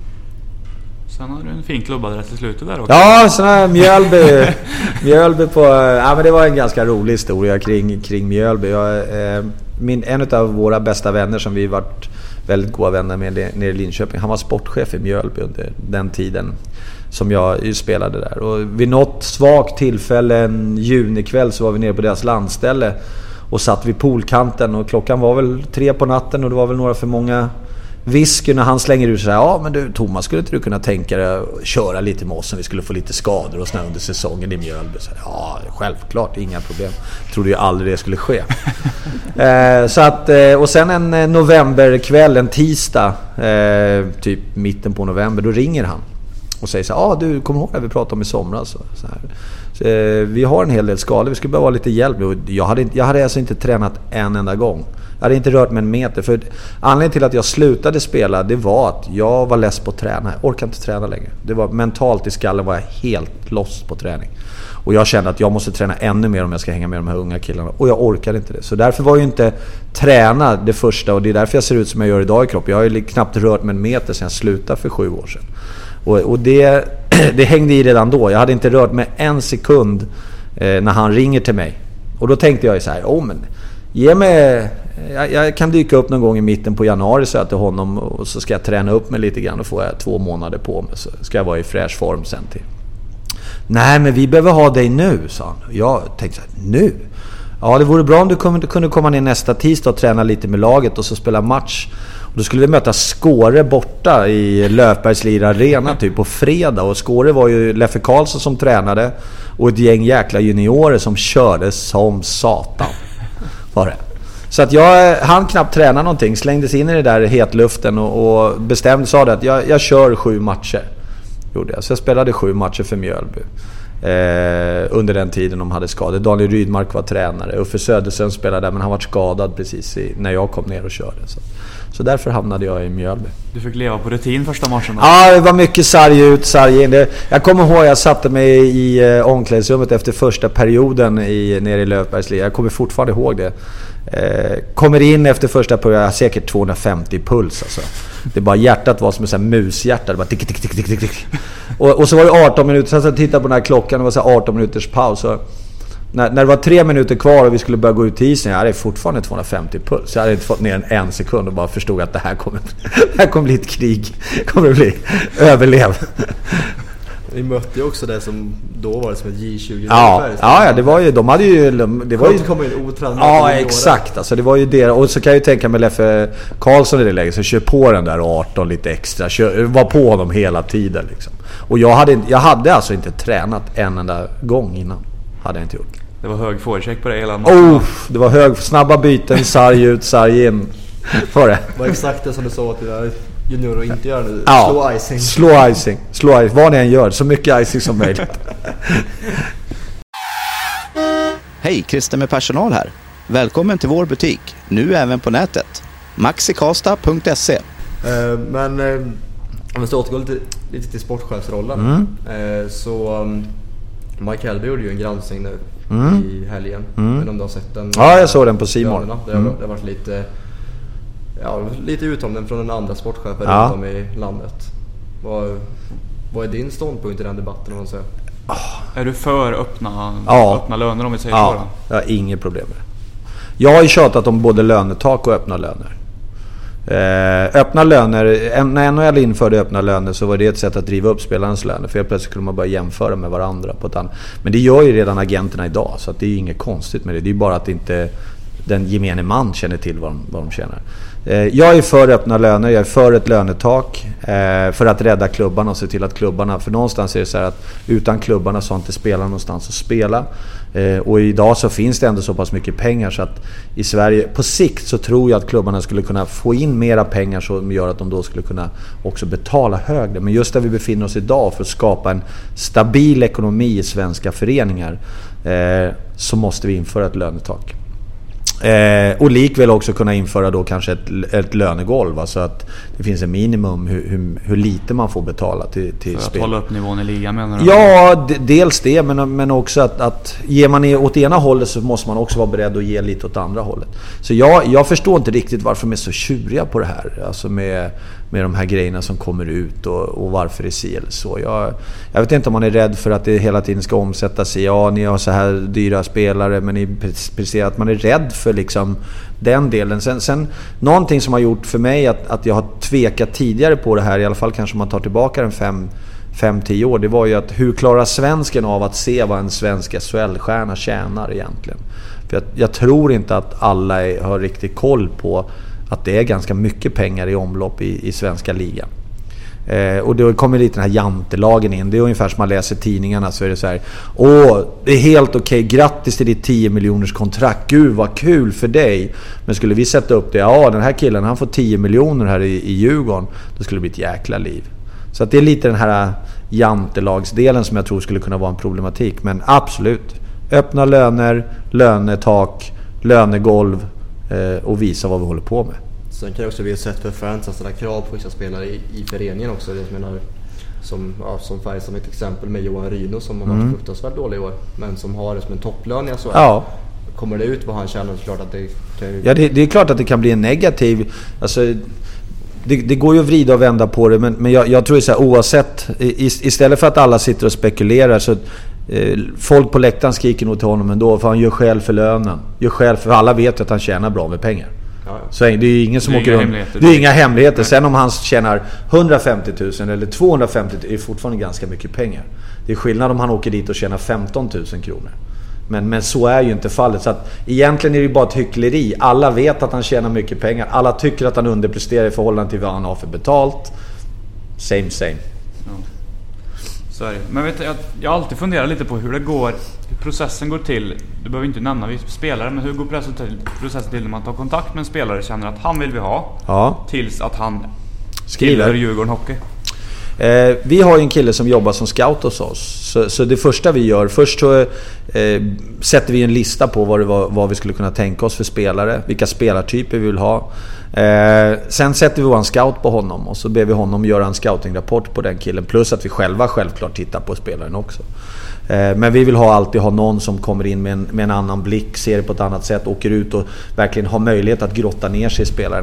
Speaker 4: Sen har du en fin klubbadress i slutet där också.
Speaker 3: Ja, sån här Mjölby. Mjölby på... Ja, men det var en ganska rolig historia kring, kring Mjölby. Jag, eh, min, en av våra bästa vänner som vi varit väldigt goda vänner med nere i Linköping, han var sportchef i Mjölby under den tiden som jag ju spelade där. Och vid något svagt tillfälle, en junikväll, så var vi nere på deras landställe och satt vid poolkanten, och klockan var väl tre på natten och det var väl några för många whisky när han slänger ut så här: ja men du Thomas, skulle inte du kunna tänka dig att köra lite med oss om vi skulle få lite skador och såna under säsongen i Mjölby? Så, ja, självklart, inga problem. Trodde ju aldrig det skulle ske. eh, så att, och sen en novemberkväll, en tisdag, eh, typ mitten på november, då ringer han och säger så här: ja du, kommer ihåg att vi pratade om i somras? Så, så här. Så, eh, vi har en hel del skador, vi skulle behöva lite hjälp. Jag hade, jag hade alltså inte tränat en enda gång. Jag hade inte rört mig en meter. För anledningen till att jag slutade spela, det var att jag var less på att träna. Jag orkade inte träna längre. Det var mentalt, i skallen var jag helt lost på träning. Och jag kände att jag måste träna ännu mer om jag ska hänga med de här unga killarna. Och jag orkade inte det. Så därför var ju inte träna det första. Och det är därför jag ser ut som jag gör idag i kroppen. Jag har ju knappt rört mig en meter sedan jag slutade för sju år sedan. Och, och det, det hängde i redan då. Jag hade inte rört mig en sekund eh, när han ringer till mig. Och då tänkte jag så här: åh men ge mig, jag, jag kan dyka upp någon gång i mitten på januari, så att till honom, och så ska jag träna upp mig lite grann och få jag två månader på mig, så ska jag vara i fräsch form sen till. Nej, men vi behöver ha dig nu, sa han. Jag tänkte så här: nu? Ja, det vore bra om du kunde komma ner nästa tisdag och träna lite med laget och så spela match. Och då skulle vi möta Skåre borta i Löfbergs Lira Arena typ på fredag. Och Skåre var ju Leffe Karlsson som tränade och ett gäng jäkla juniorer som körde som satan. Var det. Så att jag han knappt träna någonting, slängdes in i det där hetluften och, och bestämde, sa det att jag, jag kör sju matcher. Gjorde jag. Så jag spelade sju matcher för Mjölby. Eh, under den tiden de hade skador. Daniel Rydmark var tränare. Uffe Söderström spelade där, men han var skadad precis i, när jag kom ner och körde. Så, så därför hamnade jag i Mjölby.
Speaker 4: Du fick leva på rutin första matchen?
Speaker 3: Ja, det var mycket sarg ut, sarg in. Det, jag kommer ihåg, jag satte mig i eh, omklädningsrummet efter första perioden i, nere i Löfbergs Lira. Jag kommer fortfarande ihåg det. Eh, kommer in efter första perioden, jag har säkert tvåhundrafemtio puls alltså. Det bara, hjärtat var som en sån här mushjärta. Det bara tick, tick, tick, tick, tick, tick. Och, och så var det arton minuter. Sen så tittade på den här klockan. Det var så här arton minuters paus. Så när, när det var tre minuter kvar och vi skulle börja gå ut i isen, jag hade fortfarande tvåhundrafemtio puls. Jag hade inte fått ner en, en sekund och bara förstod att det här kommer, det här kommer bli ett krig. Det kommer bli överlev.
Speaker 2: Vi mötte ju också det som då var det som ett J tjugo.
Speaker 3: Ja, ja, ja, det var ju, de hade ju, det var ju,
Speaker 2: komma in otränad.
Speaker 3: ja, exakt, alltså det var ju det. Och så kan jag ju tänka med Leffe Karlsson i det läget, så kör på den där arton lite extra, kör, var på honom hela tiden liksom. Och jag hade, jag hade alltså inte tränat en enda gång innan, hade jag inte gjort.
Speaker 4: Det var hög forecheck på det hela matchen.
Speaker 3: Oh, det var hög, snabba byten, sarg ut, sarg in. Var det?
Speaker 2: Det var exakt det som du sa till det juniorer inte gör nu.
Speaker 3: Ja,
Speaker 2: slå icing.
Speaker 3: Slå icing. Slå icing. Vad ni än gör, så mycket icing som möjligt.
Speaker 1: Hej, Christer med personal här. Välkommen till vår butik, nu även på nätet. maxikasta punkt se.
Speaker 2: uh, Men uh, om vi ska återgå lite, lite till sportchefsrollen.
Speaker 3: Mm.
Speaker 2: uh, Så um, Mike Helby gjorde ju en granskning nu
Speaker 3: Mm.
Speaker 2: i helgen.
Speaker 3: Mm.
Speaker 2: Men om du har sett den.
Speaker 3: Ja, jag såg den på Simon.
Speaker 2: Det,
Speaker 3: Mm.
Speaker 2: det har varit lite, ja, lite uttalanden från den andra sportchefen
Speaker 3: Ja.
Speaker 2: runt om i landet. Vad, vad är din ståndpunkt i den debatten, om man säger?
Speaker 4: Är du för öppna,
Speaker 3: Ja.
Speaker 4: öppna löner, om vi säger
Speaker 3: Ja,
Speaker 4: så då?
Speaker 3: jag har inget problem med det. Jag har ju tjatat om både lönetak och öppna löner. Eh, öppna löner, när N H L införde öppna löner så var det ett sätt att driva upp spelarnas löner. För helt plötsligt skulle man bara jämföra med varandra på ett annat. Men det gör ju redan agenterna idag, så att det är ju inget konstigt med det. Det är ju bara att inte den gemene man känner till vad de, vad de tjänar. Eh, jag är för öppna löner, jag är för ett lönetak eh, för att rädda klubbarna och se till att klubbarna, för någonstans är det så här att utan klubbarna så har inte spelarna någonstans att spela. Eh, och idag så finns det ändå så pass mycket pengar så att i Sverige på sikt så tror jag att klubbarna skulle kunna få in mera pengar som gör att de då skulle kunna också betala högre. Men just där vi befinner oss idag, för att skapa en stabil ekonomi i svenska föreningar, eh, så måste vi införa ett lönetak. Eh, och likväl också kunna införa då kanske ett, ett lönegolv, så alltså att det finns en minimum hur, hur, hur lite man får betala till, till
Speaker 4: för
Speaker 3: spel.
Speaker 4: Att hålla upp nivån i ligan, menar du?
Speaker 3: Ja, d- dels det, men, men också att, att ger man åt ena hållet så måste man också vara beredd att ge lite åt andra hållet. Så jag, jag förstår inte riktigt varför de är så tjuriga på det här, alltså med, med de här grejerna som kommer ut och, och varför det är si eller så. Jag, jag vet inte om man är rädd för att det hela tiden ska omsättas i, ja, ni har så här dyra spelare, men ni presterar, att man är rädd för liksom den delen. Sen, sen någonting som har gjort för mig att, att jag har tvekat tidigare på det här, i alla fall kanske man tar tillbaka en fem fem tio år, det var ju att hur klarar svensken av att se vad en svensk S H L-stjärna tjänar egentligen? För jag, jag tror inte att alla är, har riktigt koll på att det är ganska mycket pengar i omlopp i, i svenska ligan. Eh, och då kommer lite den här jantelagen in. Det är ungefär som man läser tidningarna, så är det så här: åh, det är helt okej, grattis till ditt tio miljoners kontrakt, gud vad kul för dig. Men skulle vi sätta upp det, ja, den här killen han får tio miljoner här i, i Djurgården, då skulle det bli ett jäkla liv. Så att det är lite den här jantelagsdelen som jag tror skulle kunna vara en problematik. Men absolut, öppna löner, lönetak, lönegolv eh, och visa vad vi håller på med.
Speaker 2: Sen kan det också bli ett sätt för fans att ställa krav på vissa spelare i, i föreningen också. Det menar, som, ja, som färg som ett exempel med Johan Ryno som har varit mm. fruktansvärt dålig i år, men som har det som en topplön i S H L.
Speaker 3: Ja.
Speaker 2: Kommer det ut vad han tjänar, så klart att det kan ju...
Speaker 3: Ja, det, det är klart att det kan bli en negativ... Alltså, det, det går ju att vrida och vända på det, men, men jag, jag tror att så här, oavsett... I, istället för att alla sitter och spekulerar, så... Eh, folk på läktaren skriker nog till honom ändå, för han gör skäl för lönen. Gör skäl för alla vet att han tjänar bra med pengar. Så det är ju ingen som åker runt. Det är inga hemligheter. Sen om han tjänar hundrafemtio tusen eller tvåhundrafemtio tusen är fortfarande ganska mycket pengar. Det är skillnad om han åker dit och tjänar femton tusen kronor. Men, men så är ju inte fallet. Så att egentligen är det bara ett hyckleri. Alla vet att han tjänar mycket pengar. Alla tycker att han underpresterar i förhållande till vad han har för betalt. Same, same.
Speaker 4: Ja. Så är det. Men vet du, jag, jag har alltid funderat lite på hur det går, hur processen går till. Du behöver inte nämna vi spelare, men hur går processen till, processen till när man tar kontakt med en spelare och känner att han vill vi ha,
Speaker 3: ja. Tills
Speaker 4: att han
Speaker 3: skriver
Speaker 4: Djurgården Hockey?
Speaker 3: Eh, vi har ju en kille som jobbar som scout hos oss. Så, så det första vi gör, först så eh, sätter vi en lista på vad, det var, vad vi skulle kunna tänka oss för spelare, vilka spelartyper vi vill ha. Eh, sen sätter vi en scout på honom och så ber vi honom göra en scoutingrapport på den killen, plus att vi själva självklart tittar på spelaren också. Eh, men vi vill ha, alltid ha någon som kommer in med en, med en annan blick, ser det på ett annat sätt, åker ut och verkligen har möjlighet att grotta ner sig i spelaren.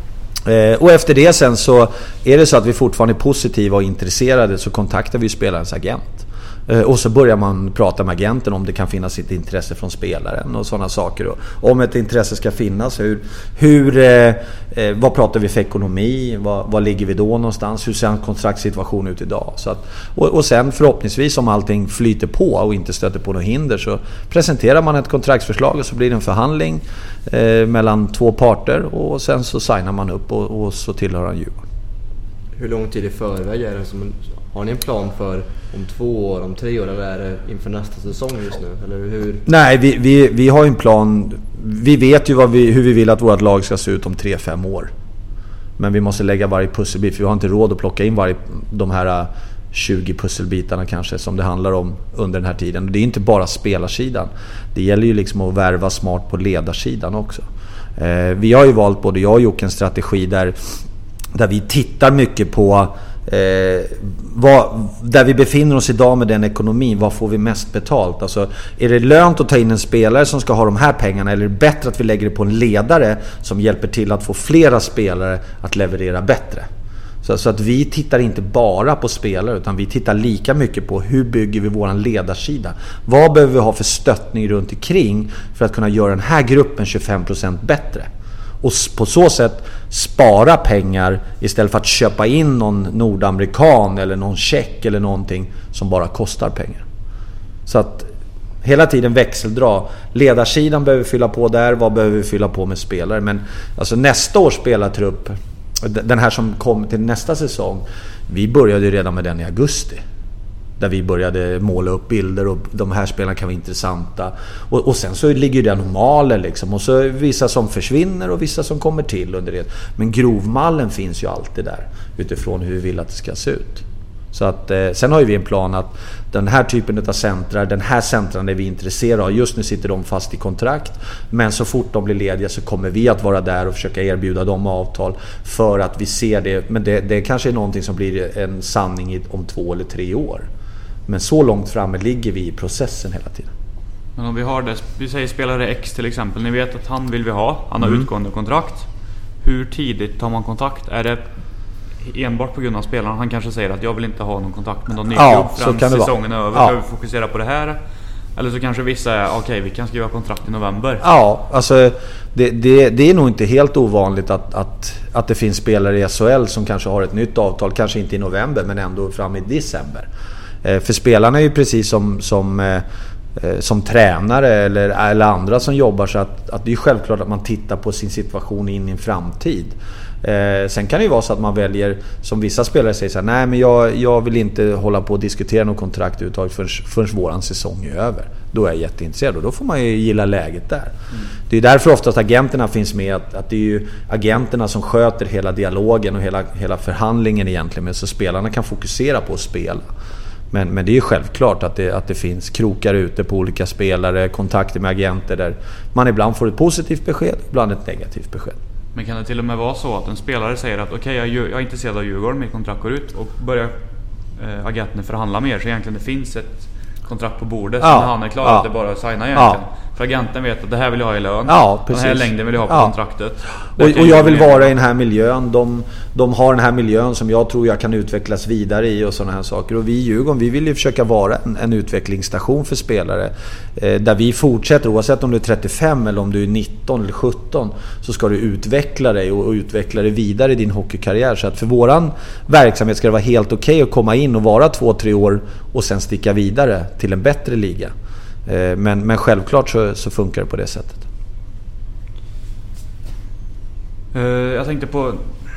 Speaker 3: Eh, och efter det sen så är det så att vi fortfarande är positiva och intresserade, så kontaktar vi spelarens agent. Eh, och så börjar man prata med agenten om det kan finnas ett intresse från spelaren och sådana saker. Och om ett intresse ska finnas, hur, hur, eh, eh, vad pratar vi för ekonomi, vad, vad ligger vi då någonstans, hur ser en kontraktssituation ut idag. Så att, och, och sen förhoppningsvis, om allting flyter på och inte stöter på något hinder, så presenterar man ett kontraktsförslag och så blir det en förhandling eh, mellan två parter, och sen så signar man upp och, och så tillhör han Djurgården.
Speaker 2: Hur lång tid i förväg är det som en, har ni en plan för om två år, om tre år, eller är det inför nästa säsong just nu? Eller hur? Nej,
Speaker 3: vi, vi, vi har en plan. Vi vet ju vad vi, hur vi vill att vårt lag ska se ut om tre, fem år. Men vi måste lägga varje pusselbit, för vi har inte råd att plocka in varje, de här tjugo pusselbitarna kanske som det handlar om under den här tiden. Det är inte bara spelarsidan. Det gäller ju liksom att värva smart på ledarsidan också. Eh, vi har ju valt, både jag och Jocke, en strategi där där vi tittar mycket på eh, vad, där vi befinner oss idag med den ekonomin. Vad får vi mest betalt? Alltså, är det lönt att ta in en spelare som ska ha de här pengarna, eller är det bättre att vi lägger det på en ledare som hjälper till att få flera spelare att leverera bättre? Så, så att vi tittar inte bara på spelare, utan vi tittar lika mycket på hur bygger vi våran ledarsida. Vad behöver vi ha för stöttning runt omkring för att kunna göra den här gruppen tjugofem procent bättre? Och på så sätt spara pengar istället för att köpa in någon nordamerikan eller någon tjeck eller någonting som bara kostar pengar. Så att hela tiden växeldra. Ledarsidan behöver fylla på där, vad behöver vi fylla på med spelare? Men alltså nästa års spelartrupp, den här som kommer till nästa säsong, vi började ju redan med den i augusti. Där vi började måla upp bilder och de här spelarna kan vara intressanta. Och, och sen så ligger det normala liksom. Och så vissa som försvinner och vissa som kommer till under det. Men grovmallen finns ju alltid där utifrån hur vi vill att det ska se ut. Så att, eh, sen har ju vi en plan att den här typen av centrar, den här centran är vi intresserade av. Just nu sitter de fast i kontrakt, men så fort de blir lediga så kommer vi att vara där och försöka erbjuda dem avtal för att vi ser det. Men det, det kanske är någonting som blir en sanning om två eller tre år. Men så långt framme ligger vi i processen hela tiden.
Speaker 4: Men om vi har det, vi säger spelare X till exempel, ni vet att han vill vi ha, han har mm. utgående kontrakt. Hur tidigt tar man kontakt? Är det enbart på grund av spelaren? Han kanske säger att jag vill inte ha någon kontakt med någon ny
Speaker 3: ja,
Speaker 4: klubb förrän säsongen är över.
Speaker 3: Ja.
Speaker 4: Ska vi fokusera på det här? Eller så kanske vissa är, okej okay, vi kan skriva kontrakt i november.
Speaker 3: Ja, alltså det, det, det är nog inte helt ovanligt att, att, att det finns spelare i S H L som kanske har ett nytt avtal, kanske inte i november men ändå fram i december. Eh, för spelarna är ju precis som, som, eh, som tränare eller, eller andra som jobbar, så att, att det är självklart att man tittar på sin situation in i en framtid. Eh, sen kan det ju vara så att man väljer, som vissa spelare säger så här, nej men jag, jag vill inte hålla på och diskutera något kontrakt uttaget förrän, förrän våran säsong är över. Då är jag jätteintresserad och då får man ju gilla läget där. Mm. Det är därför oftast agenterna finns med, att, att det är ju agenterna som sköter hela dialogen och hela, hela förhandlingen egentligen, men så spelarna kan fokusera på att spela. Men, men det är ju självklart att det, att det finns krokar ute på olika spelare, kontakter med agenter där man ibland får ett positivt besked, ibland ett negativt besked.
Speaker 4: Men kan det till och med vara så att en spelare säger att okej, okay, jag, jag är intresserad av Djurgården, mitt kontrakt går ut, och börjar eh, agenten förhandla mer, så egentligen det finns ett kontrakt på bordet, ja, så när han är klar ja. att det bara att signa egentligen. Ja. För agenten vet att det här vill jag ha i lön,
Speaker 3: ja,
Speaker 4: den här längden vill jag ha på
Speaker 3: ja.
Speaker 4: kontraktet.
Speaker 3: Och, och jag vill vara i den här miljön, de, de har den här miljön som jag tror jag kan utvecklas vidare i och sådana här saker. Och vi i Djurgården, vi vill ju försöka vara en, en utvecklingsstation för spelare eh, där vi fortsätter, oavsett om du är trettiofem eller om du är nitton eller sjutton, så ska du utveckla dig och, och utveckla dig vidare i din hockeykarriär. Så att för våran verksamhet ska det vara helt okej okay att komma in och vara två, tre år och sen sticka vidare till en bättre liga. Men, men självklart så, så funkar det på det sättet.
Speaker 4: Jag tänkte på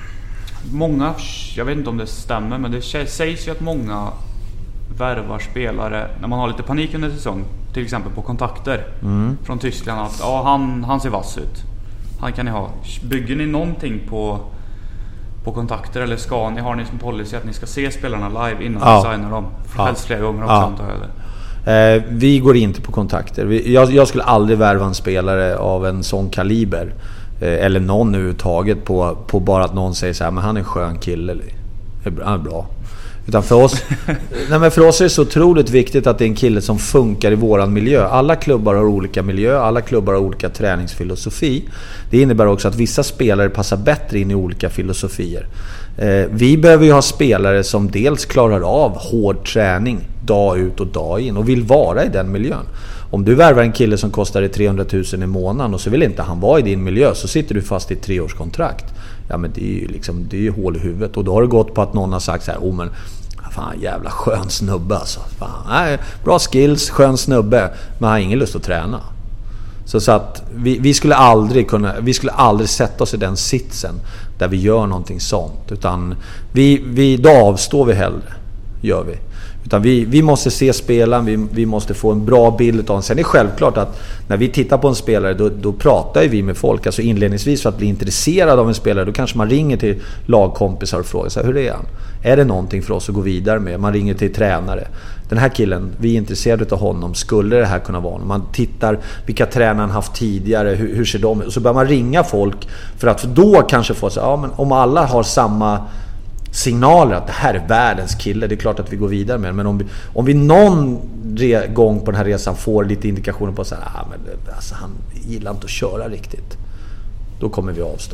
Speaker 4: många, jag vet inte om det stämmer, men det sägs ju att många värvar spelare när man har lite panik under säsong, till exempel på kontakter mm. från Tyskland, att ja, han, han ser vass ut, han kan ni ha. Bygger ni någonting på, på kontakter, eller ska ni, har ni som policy att ni ska se spelarna live innan ja. ni signar dem? För helst flera gånger också,
Speaker 3: ja.
Speaker 4: antar jag det.
Speaker 3: Eh, vi går inte på kontakter. Vi, jag, jag skulle aldrig värva en spelare av en sån kaliber eh, eller någon överhuvudtaget på, på bara att någon säger så här, men han är en skön kille, han är bra. Utan för oss, nej men för oss är det så otroligt viktigt att det är en kille som funkar i våran miljö. Alla klubbar har olika miljö, alla klubbar har olika träningsfilosofi. Det innebär också att vissa spelare passar bättre in i olika filosofier. Eh, vi behöver ju ha spelare som dels klarar av hård träning dag ut och dag in och vill vara i den miljön. Om du värvar en kille som kostar dig trehundratusen i månaden och så vill inte han vara i din miljö, så sitter du fast i ett treårskontrakt. Ja, men det är ju liksom, det är ju hål i huvudet. Och då har det gått på att någon har sagt så här, oh men fan, jävla skön snubbe alltså. Fan, nej, bra skills, skön snubbe, men har ingen lust att träna. Så, så att vi, vi skulle aldrig kunna, vi skulle aldrig sätta oss i den sitsen där vi gör någonting sånt. Utan vi, vi, då avstår vi hellre, gör vi. Utan vi, vi måste se spelaren, vi, vi måste få en bra bild av den. Sen är det självklart att när vi tittar på en spelare, då, då pratar vi med folk. Alltså inledningsvis, för att bli intresserad av en spelare, då kanske man ringer till lagkompisar och frågar så här, hur är han? Är det någonting för oss att gå vidare med? Man ringer till tränare. Den här killen, vi är intresserade av honom. Skulle det här kunna vara? Man tittar vilka tränare han haft tidigare, hur, hur ser de ut? Och så börjar man ringa folk för att då kanske få så, ja men om alla har samma signaler att det här är världens kille, det är klart att vi går vidare med. Men om vi, om vi någon re- gång på den här resan får lite indikationer på att ah, men alltså, han gillar inte att köra riktigt, då kommer vi avstå.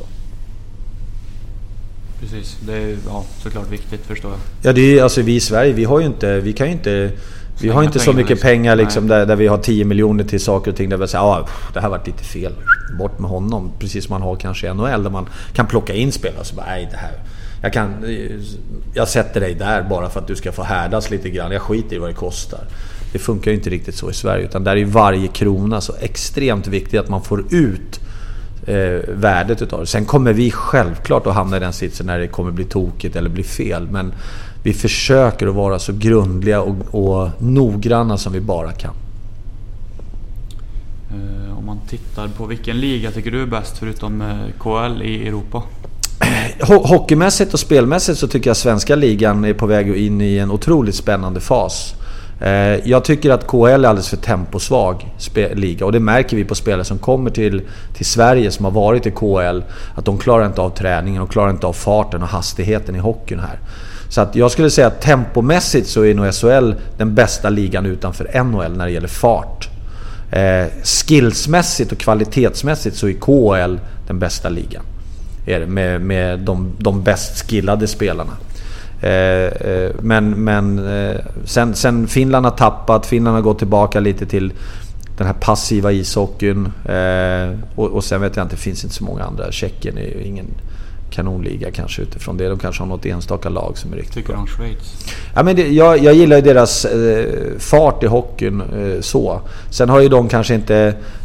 Speaker 4: Precis, det är ja, såklart viktigt, förstår jag.
Speaker 3: Ja, det är alltså vi i Sverige, vi har ju inte, vi kan ju inte vi har inte så mycket liksom. pengar liksom, där, där vi har tio miljoner till saker och ting där vi säger, ja, ah, det här var lite fel, bort med honom, precis som man har kanske i N H L där man kan plocka in spelare så bara, nej det här Jag, kan, jag sätter dig där bara för att du ska få härdas lite grann. Jag skiter i vad det kostar. Det funkar ju inte riktigt så i Sverige. Utan där är varje krona så extremt viktigt att man får ut eh, värdet utav det. Sen kommer vi självklart att hamna i den sitsen när det kommer bli tokigt eller bli fel. Men vi försöker att vara så grundliga och, och noggranna som vi bara kan.
Speaker 4: Eh, om man tittar på vilken liga tycker du är bäst förutom eh, K L i Europa?
Speaker 3: hockeymässigt och spelmässigt så tycker jag svenska ligan är på väg in i en otroligt spännande fas. Jag tycker att K H L är alldeles för temposvag liga, och det märker vi på spelare som kommer till, till Sverige som har varit i K H L, att de klarar inte av träningen och klarar inte av farten och hastigheten i hockeyn här. Så att jag skulle säga att tempomässigt så är nog S H L den bästa ligan utanför N H L när det gäller fart. Eh, skillsmässigt och kvalitetsmässigt så är K H L den bästa ligan, är det, med, med de, de bäst skillade spelarna. Eh, men men eh, sen, sen Finland har tappat, Finland har gått tillbaka lite till den här passiva ishockeyn, eh, och, och sen vet jag inte, det finns inte så många andra. Tjeckien är ju ingen kanonliga kanske utifrån det. De kanske har något enstaka lag som är riktigt
Speaker 4: Tycker
Speaker 3: bra.
Speaker 4: om Schweiz?
Speaker 3: Ja, men det, jag, jag gillar ju deras eh, fart i hockeyn eh, så. Sen har ju de kanske inte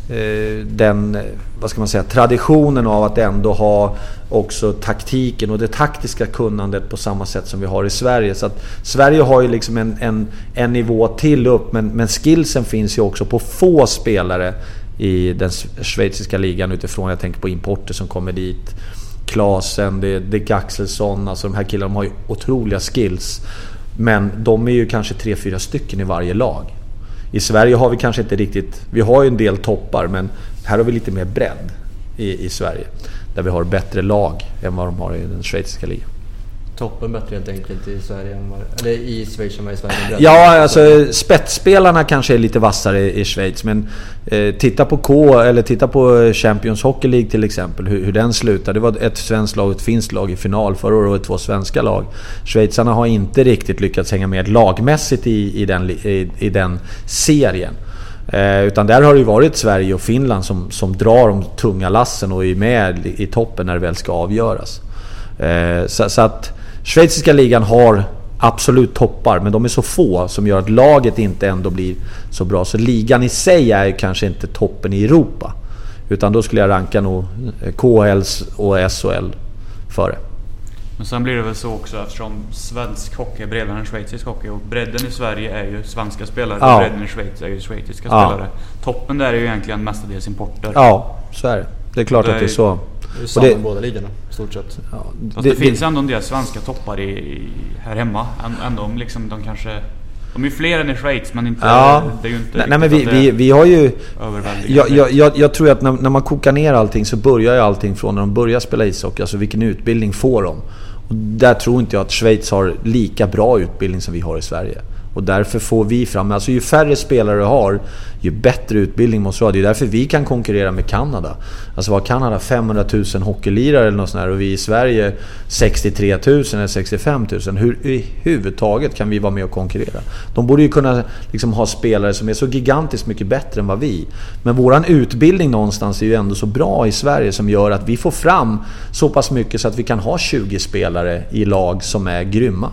Speaker 3: eh, den, vad ska man säga, traditionen av att ändå ha också taktiken och det taktiska kunnandet på samma sätt som vi har i Sverige. Så att Sverige har ju liksom en, en, en nivå till upp, men, men skillsen finns ju också på få spelare i den schweiziska ligan utifrån. Jag tänker på importer som kommer dit. Klasen, det är Dick Axelsson, alltså de här killarna har ju otroliga skills, men de är ju kanske tre, fyra stycken i varje lag. I Sverige har vi kanske inte riktigt, vi har ju en del toppar, men här har vi lite mer bredd i, i Sverige, där vi har bättre lag än vad de har i den schweiziska ligan.
Speaker 2: Toppen bättre helt enkelt i Sverige än vad, eller i Schweiz än i Sverige.
Speaker 3: Ja, alltså spetsspelarna kanske är lite vassare i, i Schweiz, men eh, titta på K eller titta på Champions Hockey League till exempel, hur, hur den slutar. Det var ett svenskt lag och ett finskt lag i final förra året och två svenska lag. Schweizarna har inte riktigt lyckats hänga med lagmässigt i, i, den, i, i den serien. Eh, utan där har det ju varit Sverige och Finland som, som drar de tunga lassen och är med i, i toppen när det väl ska avgöras. Eh, så, så att schweiziska ligan har absolut toppar, men de är så få som gör att laget inte ändå blir så bra. Så ligan i sig är kanske inte toppen i Europa, utan då skulle jag ranka nog K H L och S H L före.
Speaker 4: Men sen blir det väl så också, eftersom svensk hockey är bredare än schweizisk hockey, och bredden i Sverige är ju svenska spelare, ja, och bredden i Schweiz är ju schweiziska, ja, spelare. Toppen där är ju egentligen mestadels importer.
Speaker 3: Ja, så är det. Det är klart det är, att det är så.
Speaker 2: Det är samma i båda ligorna, stort sett.
Speaker 4: Ja, det, det, det finns ändå en del svenska toppar i, i, här hemma. Ändå om liksom de kanske... De är fler än i Schweiz, men inte... Ja. Det är ju inte...
Speaker 3: Nej, men vi, vi, vi har ju... Jag, jag, jag, jag tror att när, när man kokar ner allting så börjar ju allting från när de börjar spela ishockey. Alltså vilken utbildning får de? Och där tror inte jag att Schweiz har lika bra utbildning som vi har i Sverige. Och därför får vi fram, alltså ju färre spelare har, ju bättre utbildning måste ha. Det är därför vi kan konkurrera med Kanada. Alltså var Kanada femhundratusen hockeylirare eller något sånt här, och vi i Sverige sextiotre tusen eller sextiofem tusen. Hur i huvudtaget kan vi vara med och konkurrera? De borde ju kunna liksom ha spelare som är så gigantiskt mycket bättre än vad vi. Men våran utbildning någonstans är ju ändå så bra i Sverige, som gör att vi får fram så pass mycket så att vi kan ha tjugo spelare i lag som är grymma.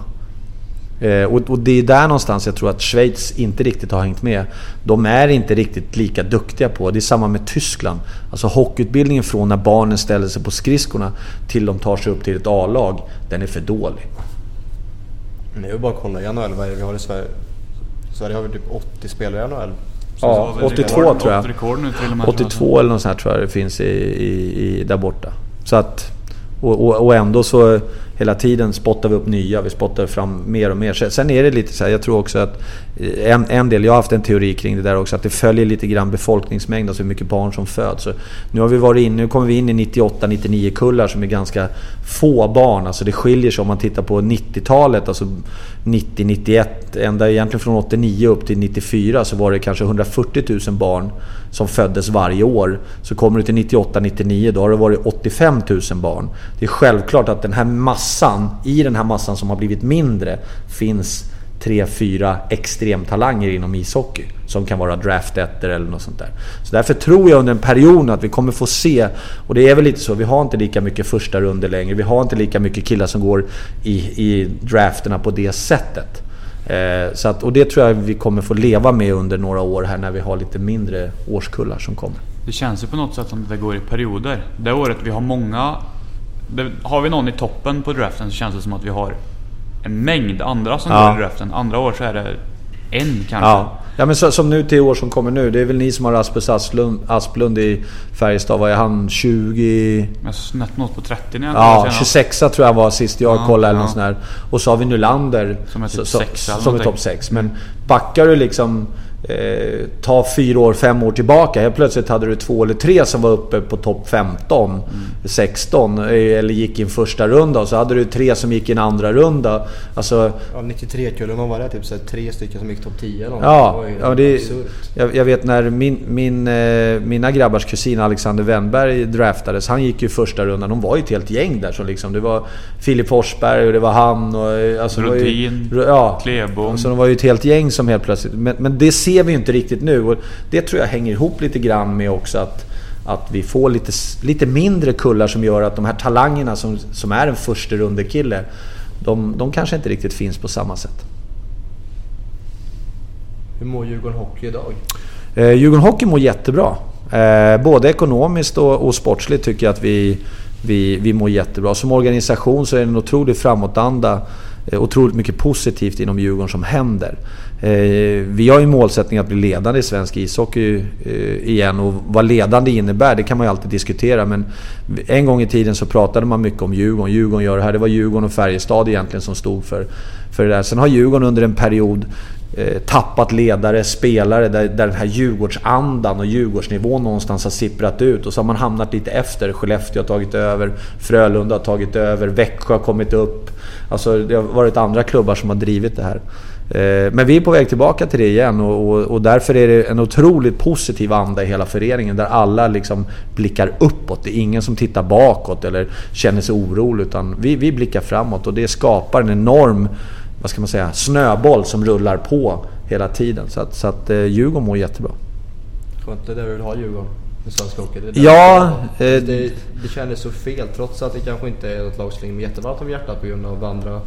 Speaker 3: Eh, och, och det är där någonstans jag tror att Schweiz inte riktigt har hängt med. De är inte riktigt lika duktiga på. Det är samma med Tyskland. Alltså hockeyutbildningen från när barnen ställer sig på skridskorna till de tar sig upp till ett A-lag, den är för dålig.
Speaker 2: Men jag vill bara kolla i N H L, vad är det vi har i Sverige? Sverige har vi typ åttio spelare i N H L.
Speaker 3: Så ja, så åttiotvå tror jag.
Speaker 4: Nu
Speaker 3: åttiotvå eller något sånt här tror jag det finns i, i, i där borta. Så att och, och, och ändå så hela tiden spottar vi upp nya, vi spottar fram mer och mer. Sen är det lite så här, jag tror också att en, en del, jag har haft en teori kring det där också, att det följer lite grann befolkningsmängd, alltså hur mycket barn som föds. Så nu har vi varit in, nu kommer vi in i nittioåtta nittionio kullar som är ganska få barn, alltså det skiljer sig om man tittar på nittiotalet, alltså nittio nittioett, ända egentligen från åttionio upp till nittiofyra så var det kanske hundrafyrtio tusen barn som föddes varje år. Så kommer du till nittioåtta nittionio, då har det varit åttiofem tusen barn. Det är självklart att den här massan, i den här massan som har blivit mindre, finns tre, fyra extremtalanger inom ishockey som kan vara draftetter eller något sånt där. Så därför tror jag under en period att vi kommer få se, och det är väl lite så, vi har inte lika mycket första runder längre, vi har inte lika mycket killar som går i, i drafterna på det sättet. Eh, så att, och det tror jag vi kommer få leva med under några år här när vi har lite mindre årskullar som kommer.
Speaker 4: Det känns ju på något sätt som det går i perioder. Det året vi har många, det, har vi någon i toppen på draften så känns det som att vi har en mängd andra som ja. går i draften. Andra år så är det en kanske. Ja.
Speaker 3: Ja, men så, som nu till år som kommer nu, det är väl ni som har Rasmus Asplund, Asplund i Färjestad. Vad är han? tjugo...
Speaker 4: Jag snett något på trettio när jag
Speaker 3: Ja, tjugosex tror jag var sist jag
Speaker 4: ja,
Speaker 3: kollade eller
Speaker 4: ja.
Speaker 3: någon sån här. Och så har vi Nylander
Speaker 4: som är typ
Speaker 3: så,
Speaker 4: sex eller
Speaker 3: som är topp sex. Men backar du liksom eh, ta fyra år, fem år tillbaka, helt plötsligt hade du två eller tre som var uppe på topp femton, mm. sexton eller gick i en första runda, och så hade du tre som gick i en andra runda. Alltså,
Speaker 2: ja, nittiotre-kullen, vad var det? Typ så här, tre stycken som gick topp tio eller
Speaker 3: ja,
Speaker 2: det
Speaker 3: ja, det, jag, jag vet när min, min, eh, mina grabbars kusin Alexander Wennberg draftades, han gick ju första rundan, de var ju ett helt gäng där, så liksom, det var Filip Forsberg och det var han och alltså,
Speaker 4: Brodin,
Speaker 3: var ju, ja,
Speaker 4: Klebom.
Speaker 3: Så de var ju ett helt gäng som helt plötsligt, men, men det ser vi ju inte riktigt nu, och det tror jag hänger ihop lite grann med också att att vi får lite, lite mindre kullar som gör att de här talangerna som, som är en första runde kille, de, de kanske inte riktigt finns på samma sätt.
Speaker 2: Hur mår Djurgården Hockey idag?
Speaker 3: Eh, Djurgården Hockey mår jättebra. Eh, både ekonomiskt och, och sportsligt tycker jag att vi, vi, vi mår jättebra. Som organisation så är det en otrolig framåtanda, eh, otroligt mycket positivt inom Djurgården som händer. Eh, vi har ju målsättning att bli ledande i svensk ishockey eh, igen, och vad ledande innebär, det kan man ju alltid diskutera, men en gång i tiden så pratade man mycket om Djurgården. Djurgården gör det här, det var Djurgården och Färjestad egentligen som stod för, för det där. Sen har Djurgården under en period eh, tappat ledare, spelare där, där den här Djurgårdsandan och Djurgårdsnivån någonstans har sipprat ut, och så har man hamnat lite efter. Skellefteå har tagit över, Frölunda har tagit över, Växjö har kommit upp. Alltså det har varit andra klubbar som har drivit det här. Men vi är på väg tillbaka till det igen, och, och, och därför är det en otroligt positiv anda i hela föreningen där alla liksom blickar uppåt. Det är ingen som tittar bakåt eller känner sig orolig, utan vi, vi blickar framåt, och det skapar en enorm, vad ska man säga, snöboll som rullar på hela tiden. Så att, så att eh, Djurgården mår jättebra.
Speaker 2: Skönt, det är där vi vill ha Djurgården i svensk hockey. Det,
Speaker 3: ja,
Speaker 2: det, det, det kändes så fel, trots att det kanske inte är ett lag som ligger jättevarmt om hjärtat på grund av andra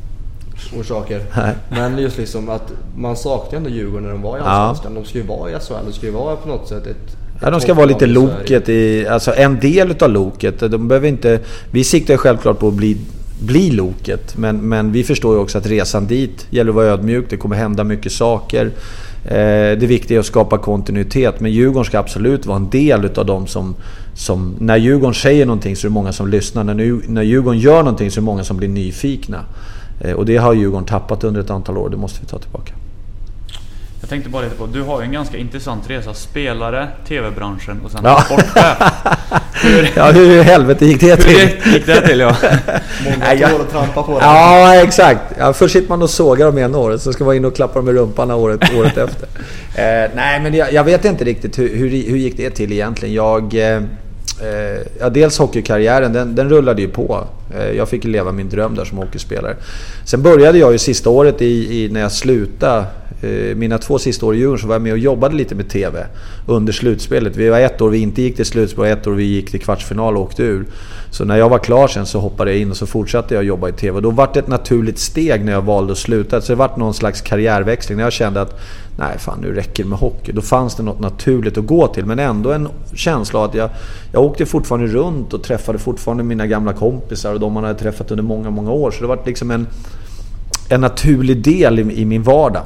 Speaker 2: orsaker. Nej. Men just liksom att man saknar ändå Djurgården när de var i Allsvenskan. Ja. De ska ju vara i S H L, de ska ju vara på något sätt ett, ett
Speaker 3: ja, de ska vara lite loket i, alltså en del utav loket. De behöver inte, vi siktar ju självklart på att bli bli loket, men, men vi förstår ju också att resan dit gäller att vara ödmjuk. Det kommer hända mycket saker. Eh, det viktiga är att skapa kontinuitet, men Djurgården ska absolut vara en del utav dem som, som när Djurgården säger någonting så är det många som lyssnar. När, när Djurgården gör någonting så är det många som blir nyfikna. Eh, och det har Djurgården tappat under ett antal år. Det måste vi ta tillbaka.
Speaker 4: Jag tänkte bara lite på, du har ju en ganska intressant resa. Spelare, tv-branschen och sen
Speaker 3: ja.
Speaker 4: sportchef. Hur,
Speaker 3: ja, hur i helvete gick det till?
Speaker 4: Hur gick det till, ja?
Speaker 2: Många tål att trampa på det.
Speaker 3: Ja, exakt. Ja, först sitter man och sågar dem en år, så ska man in och klappa dem i rumpan året, året efter. Eh, nej, men jag, jag vet inte riktigt hur, hur, hur gick det till egentligen. Jag... Eh, ja, dels hockeykarriären, den, den rullade ju på. Jag fick leva min dröm där som hockeyspelare. Sen började jag ju sista året i, i när jag slutade. Mina två sista år i Djurgården så var jag med och jobbade lite med tv under slutspelet. Vi var ett år vi inte gick till slutspel och ett år vi gick till kvartsfinal och åkte ur. Så när jag var klar sen så hoppade jag in och så fortsatte jag jobba i tv. Och då var det ett naturligt steg när jag valde att sluta. Så det var någon slags karriärväxling när jag kände att nej fan, nu räcker det med hockey. Då fanns det något naturligt att gå till, men ändå en känsla att jag, jag åkte fortfarande runt och träffade fortfarande mina gamla kompisar och de man hade träffat under många, många år. Så det var liksom en, en naturlig del i, i min vardag.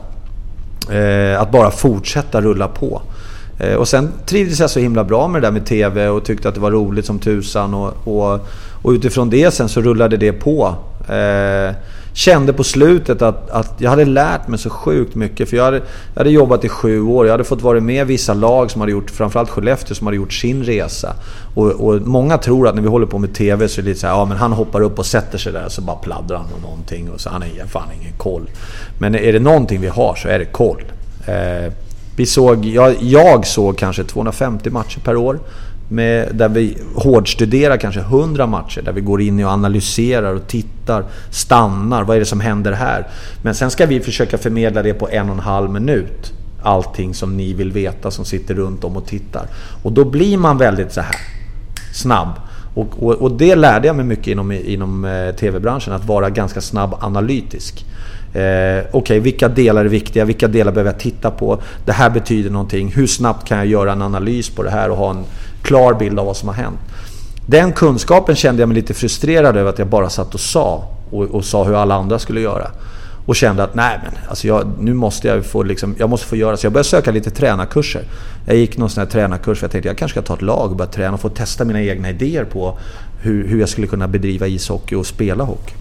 Speaker 3: Eh, att bara fortsätta rulla på. Eh, och sen trivdes jag så himla bra med det där med tv och tyckte att det var roligt som tusan. Och, och, och utifrån det sen så rullade det på. Eh, kände på slutet att, att jag hade lärt mig så sjukt mycket. För jag hade, jag hade jobbat i sju år. Jag hade fått vara med vissa lag som hade gjort, framförallt Skellefteå, som hade gjort sin resa. Och, och många tror att när vi håller på med tv så är det lite så här, ja men han hoppar upp och sätter sig där och så bara pladdrar han om någonting och så han har fan ingen koll. Men är det någonting vi har så är det koll. Eh, vi såg, jag, jag såg kanske tvåhundrafemtio matcher per år. Med, där vi hårdstuderar kanske hundra matcher, där vi går in och analyserar och tittar, stannar, vad är det som händer här. Men sen ska vi försöka förmedla det på en och en halv minut, allting som ni vill veta som sitter runt om och tittar. Och då blir man väldigt så här snabb. Och, och, och det lärde jag mig mycket inom, inom eh, tv-branschen, att vara ganska snabb analytisk. Eh, Okej, okay, vilka delar är viktiga? Vilka delar behöver jag titta på? Det här betyder någonting. Hur snabbt kan jag göra en analys på det här och ha en klar bild av vad som har hänt? Den kunskapen kände jag mig lite frustrerad över, att jag bara satt och sa och, och sa hur alla andra skulle göra. Och kände att nej men alltså jag, nu måste jag få liksom, jag måste få göra så. Jag började söka lite tränarkurser. Jag gick någon sån här tränarkurs för jag tänkte jag kanske ska ta ett lag och börja träna och få testa mina egna idéer på hur, hur jag skulle kunna bedriva ishockey och spela hockey.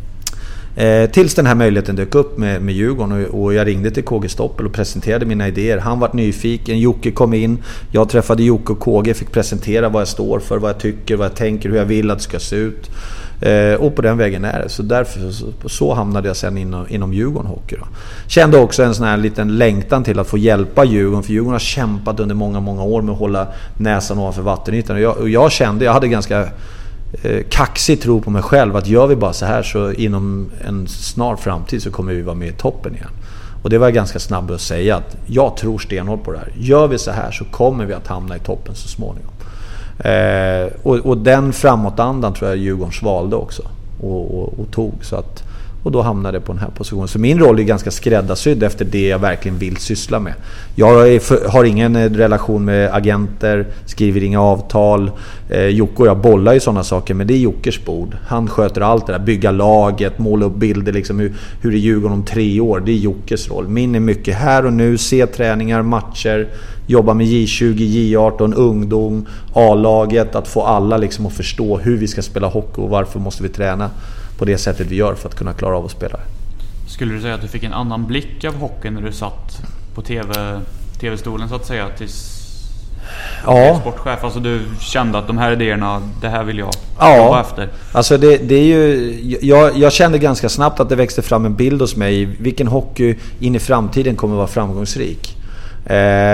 Speaker 3: Eh, tills den här möjligheten dök upp med, med Djurgården och, och jag ringde till K G Stoppel och presenterade mina idéer. Han var nyfiken, Jocke kom in, jag träffade Jocke och K G, fick presentera vad jag står för, vad jag tycker, vad jag tänker, hur jag vill att det ska se ut. Eh, och på den vägen är det. Så därför så, så hamnade jag sen inom, inom Djurgården Hockey då. Kände också en sån här liten längtan till att få hjälpa Djurgården, för Djurgården har kämpat under många, många år med att hålla näsan ovanför vattenytan. Och jag, och jag kände, jag hade ganska eh, kaxig tro på mig själv att gör vi bara så här så inom en snar framtid så kommer vi vara med i toppen igen. Och det var ganska snabbt att säga att jag tror stenhårt på det här. Gör vi så här så kommer vi att hamna i toppen så småningom. Eh, och, och den framåtandan tror jag Djurgården svalde också och, och, och tog så att, och då hamnade jag på den här positionen. Så min roll är ganska skräddarsydd efter det jag verkligen vill syssla med. Jag är för, har ingen relation med agenter, skriver inga avtal. eh, Jocke och jag bollar ju sådana saker, men det är Jockers bord. Han sköter allt det där, bygga laget, måla upp bilder liksom, hur, hur är Djurgården om tre år. Det är Jockers roll. Min är mycket här och nu, se träningar, matcher, jobba med J tjugo, J arton, ungdom, A-laget, att få alla liksom att förstå hur vi ska spela hockey och varför måste vi träna på det sättet vi gör för att kunna klara av att spela.
Speaker 4: Skulle du säga att du fick en annan blick av hockeyn när du satt på T V, tv-stolen så att säga tills ja. sportchef? Alltså du kände att de här idéerna, det här vill jag
Speaker 3: ja.
Speaker 4: jobba efter.
Speaker 3: Alltså det, det är ju, jag, jag kände ganska snabbt att det växte fram en bild hos mig. Vilken hockey in i framtiden kommer vara framgångsrik. Eh,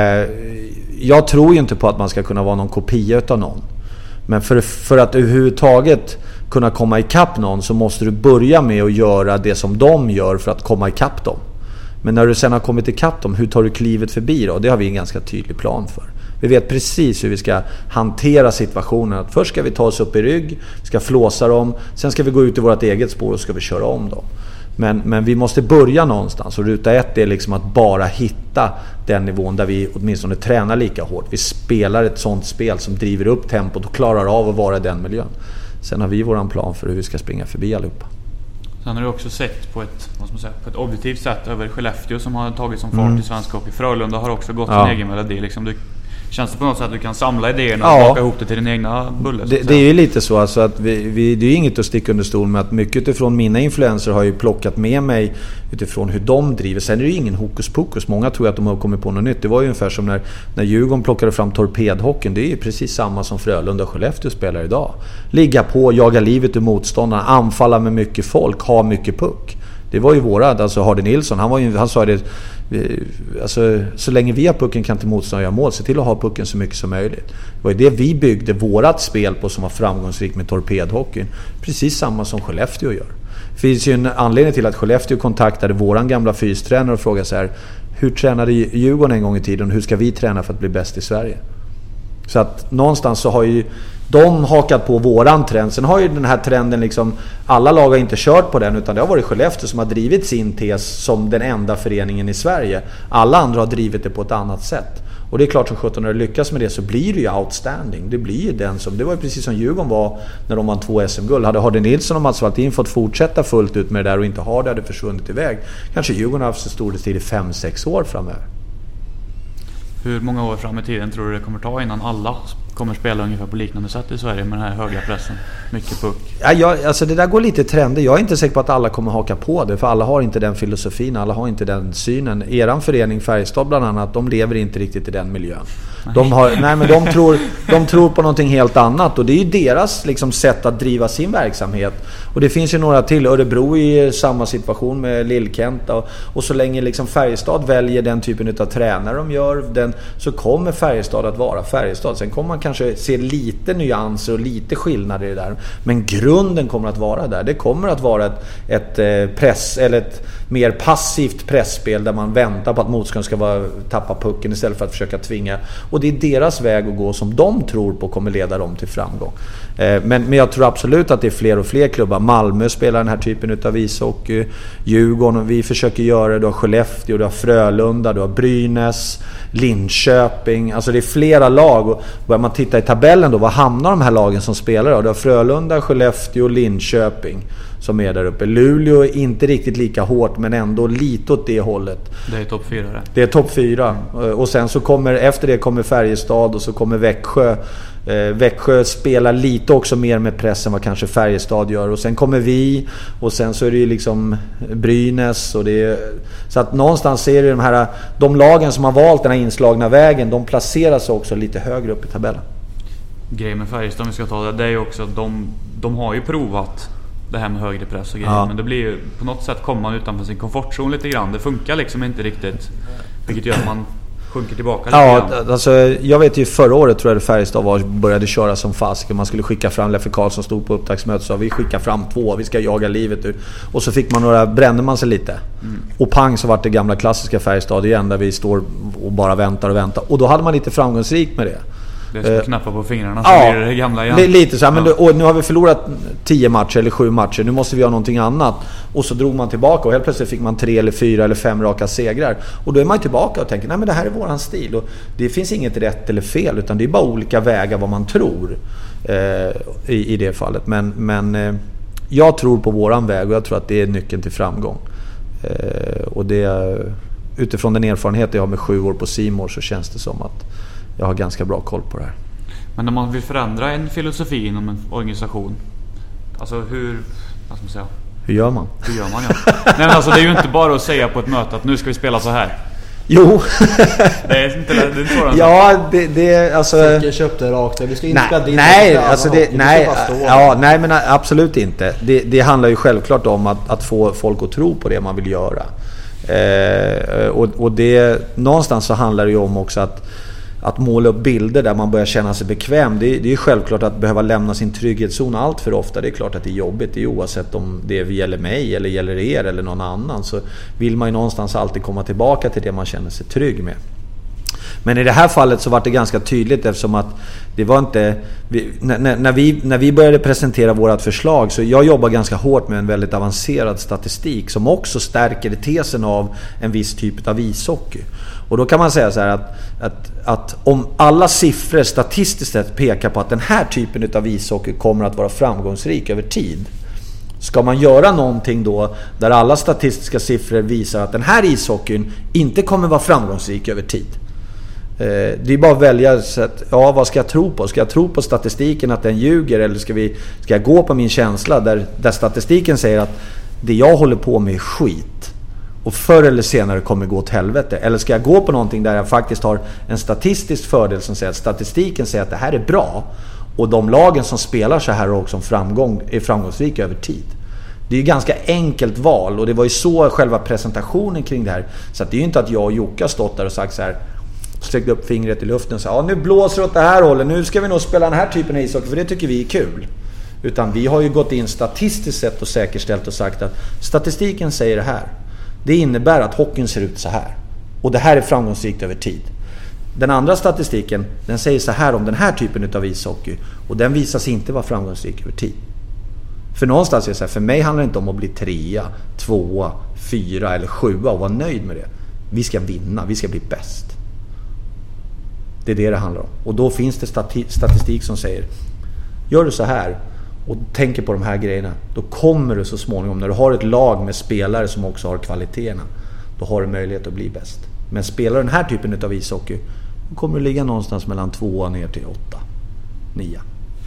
Speaker 3: jag tror ju inte på att man ska kunna vara någon kopia utav någon. Men för, för att överhuvudtaget kunna komma ikapp någon så måste du börja med att göra det som de gör för att komma ikapp dem. Men när du sen har kommit ikapp dem, hur tar du klivet förbi då? Det har vi en ganska tydlig plan för. Vi vet precis hur vi ska hantera situationen. Att först ska vi ta oss upp i rygg, ska flåsa dem, sen ska vi gå ut i vårt eget spår och ska vi köra om dem. Men, men vi måste börja någonstans, och ruta ett är liksom att bara hitta den nivån där vi åtminstone tränar lika hårt. Vi spelar ett sånt spel som driver upp tempot och klarar av att vara i den miljön. Sen har vi våran plan för hur vi ska springa förbi allihopa.
Speaker 4: Sen har du också sett på ett, vad ska man säga, på ett objektivt sätt över Skellefteå som har tagit som fart
Speaker 3: mm.
Speaker 4: i svensk hockey. Frölunda har också gått
Speaker 3: ja.
Speaker 4: sin egen melodi. Liksom du, känns det på något sätt att du kan samla idéerna och
Speaker 3: ja.
Speaker 4: baka ihop det till din egna bulle?
Speaker 3: Det, det är ju lite så alltså att vi, vi, det är ju inget att sticka under stol med att mycket utifrån mina influenser har ju plockat med mig utifrån hur de driver. Sen är det ju ingen hokus pokus. Många tror att de har kommit på något nytt. Det var ju ungefär som när, när Djurgården plockade fram torpedhockeyn. Det är ju precis samma som Frölunda och Skellefteå spelar idag. Ligga på, jaga livet ur motståndarna, anfalla med mycket folk, ha mycket puck. Det var ju våra, alltså Hardy Nilsson, han, var ju, han sa det, alltså, så länge vi har pucken kan inte motståndaren göra mål, se till att ha pucken så mycket som möjligt. Det var ju det vi byggde vårat spel på som var framgångsrikt med torpedhockeyn. Precis samma som Skellefteå gör. Det finns ju en anledning till att Skellefteå kontaktade våran gamla fystränare och frågade så här: hur tränade Djurgården en gång i tiden, hur ska vi träna för att bli bäst i Sverige? Så att någonstans så har ju de hakat på våran trend. Sen har ju den här trenden liksom, alla lag har inte kört på den, utan det har varit Skellefteå som har drivit sin tes som den enda föreningen i Sverige. Alla andra har drivit det på ett annat sätt. Och det är klart som sjutton, när du lyckas med det så blir det ju outstanding. Det blir ju den som, det var ju precis som Djurgården var när de vann två S M-guld. Hade Hardy Nilsson och Mats Valtin fått fortsätta fullt ut med det där och inte har det, hade försvunnit iväg. Kanske Djurgården har haft så stor tid i fem sex år framöver.
Speaker 4: Hur många år fram i tiden tror du det kommer ta innan alla kommer spela ungefär på liknande sätt i Sverige med den här höga pressen? Mycket puck.
Speaker 3: Ja, jag, alltså det där går lite trender. Jag är inte säker på att alla kommer haka på det, för alla har inte den filosofin, alla har inte den synen. Eran förening Färjestad bland annat, de lever inte riktigt i den miljön. De, har, nej, men de, tror, de tror på någonting helt annat, och det är ju deras liksom, sätt att driva sin verksamhet. Och det finns ju några till. Örebro i samma situation med Lillkenta, och, och så länge liksom Färjestad väljer den typen av tränare de gör, den, så kommer Färjestad att vara Färjestad. Sen kommer man kanske se lite nyanser och lite skillnader i det där, men grunden kommer att vara där. Det kommer att vara ett, ett press eller ett mer passivt pressspel där man väntar på att motståndaren ska vara, tappa pucken istället för att försöka tvinga. Och det är deras väg att gå som de tror på kommer leda dem till framgång. Eh, men, men jag tror absolut att det är fler och fler klubbar. Malmö spelar den här typen av ishockey. Djurgården, vi försöker göra det. Du har Skellefteå, du har Frölunda, du har Brynäs, Linköping. Alltså det är flera lag. Och börjar man titta i tabellen då, vad hamnar de här lagen som spelar då? Du har Frölunda, Skellefteå, Linköping som är där uppe. Luleå är inte riktigt lika hårt, men ändå lite åt det hållet.
Speaker 4: Det är topp fyra det.
Speaker 3: Det är topp fyra. Mm. Och sen så kommer, efter det kommer Färjestad och så kommer Växjö. Eh, Växjö spelar lite också mer med press än vad kanske Färjestad gör. Och sen kommer vi, och sen så är det ju liksom Brynäs. Och det är, så att någonstans är det de här, de lagen som har valt den här inslagna vägen, de placerar sig också lite högre upp i tabellen.
Speaker 4: Grejen med Färjestad, om vi ska ta det, det är ju också att de, de har ju provat det här med högre press och grejer, ja. Men det blir ju på något sätt kommer man utanför sin komfortzon lite grann. Det funkar liksom inte riktigt, vilket gör att man sjunker tillbaka lite
Speaker 3: ja,
Speaker 4: grann.
Speaker 3: Alltså, jag vet ju förra året tror jag det Färjestad var, började köra som fasiken. Man skulle skicka fram Leffe Karlsson, stod på upptagsmötet och sa vi skickar fram två, vi ska jaga livet ur. Och så fick man några, brände man sig lite. Mm. Och pang så var det gamla klassiska Färjestad igen, där vi står och bara väntar och väntar. Och då hade man lite framgångsrikt med det.
Speaker 4: Det är som knappa på fingrarna så
Speaker 3: ja,
Speaker 4: blir det, det gamla igen.
Speaker 3: Lite så här, men ja. Och nu har vi förlorat tio matcher eller sju matcher. Nu måste vi göra någonting annat. Och så drog man tillbaka och helt plötsligt fick man tre eller fyra eller fem raka segrar. Och då är man tillbaka och tänker, nej men det här är våran stil. Och det finns inget rätt eller fel, utan det är bara olika vägar vad man tror eh, i, i det fallet. Men, men eh, jag tror på våran väg och jag tror att det är nyckeln till framgång. Eh, och det, utifrån den erfarenhet jag har med sju år på C More så känns det som att jag har ganska bra koll på det här.
Speaker 4: Men när man vill förändra en filosofi inom en organisation, alltså hur, vad ska man säga?
Speaker 3: Hur gör man?
Speaker 4: Hur gör man, ja. Nej, men alltså det är ju inte bara att säga på ett möte att nu ska vi spela så här.
Speaker 3: Jo.
Speaker 4: Det är inte det är inte så.
Speaker 3: Ja, det det alltså
Speaker 2: jag köpte rakt. Vi ska inte
Speaker 3: nej,
Speaker 2: spela
Speaker 3: nej, alltså det nej, ja, nej men absolut inte. Det det handlar ju självklart om att att få folk att tro på det man vill göra. Eh, och och det någonstans så handlar det ju om också att att måla upp bilder där man börjar känna sig bekväm. Det är, det är självklart att behöva lämna sin trygghetszon allt för ofta. Det är klart att det är jobbigt. Det är oavsett om det gäller mig eller gäller er eller någon annan. Så vill man ju någonstans alltid komma tillbaka till det man känner sig trygg med. Men i det här fallet så var det ganska tydligt eftersom att det var inte... Vi, när, när, vi, när vi började presentera vårat förslag så jag jobbar ganska hårt med en väldigt avancerad statistik som också stärker tesen av en viss typ av ishockey. Och då kan man säga så här att, att, att om alla siffror statistiskt sett pekar på att den här typen av ishockey kommer att vara framgångsrik över tid, ska man göra någonting då där alla statistiska siffror visar att den här ishockeyn inte kommer vara framgångsrik över tid? Det är bara att välja så att, ja, vad ska jag tro på? Ska jag tro på statistiken att den ljuger, eller ska, vi, ska jag gå på min känsla där, där statistiken säger att det jag håller på med är skit och förr eller senare kommer gå åt helvete? Eller ska jag gå på någonting där jag faktiskt har en statistisk fördel som säger att statistiken säger att det här är bra och de lagen som spelar så här också framgång, är framgångsrika över tid? Det är ju ganska enkelt val och det var ju så själva presentationen kring det här. Så att det är ju inte att jag och Jocke har stått där och sagt så här, sträckte upp fingret i luften och sa, ja, nu blåser det åt det här hållet, nu ska vi nog spela den här typen av ishockey för det tycker vi är kul. Utan vi har ju gått in statistiskt sett och säkerställt och sagt att statistiken säger det här. Det innebär att hockeyn ser ut så här. Och det här är framgångsrikt över tid. Den andra statistiken, den säger så här om den här typen av ishockey. Och den visas inte vara framgångsrik över tid. För någonstans är det så här, för mig handlar det inte om att bli trea, tvåa, fyra eller sjua och vara nöjd med det. Vi ska vinna, vi ska bli bäst. Det är det det handlar om. Och då finns det stati- statistik som säger, gör du så här och tänker på de här grejerna, då kommer du så småningom, när du har ett lag med spelare som också har kvaliteterna, då har du möjlighet att bli bäst. Men spelar den här typen av ishockey, då kommer du ligga någonstans mellan tvåa ner till åtta, nia.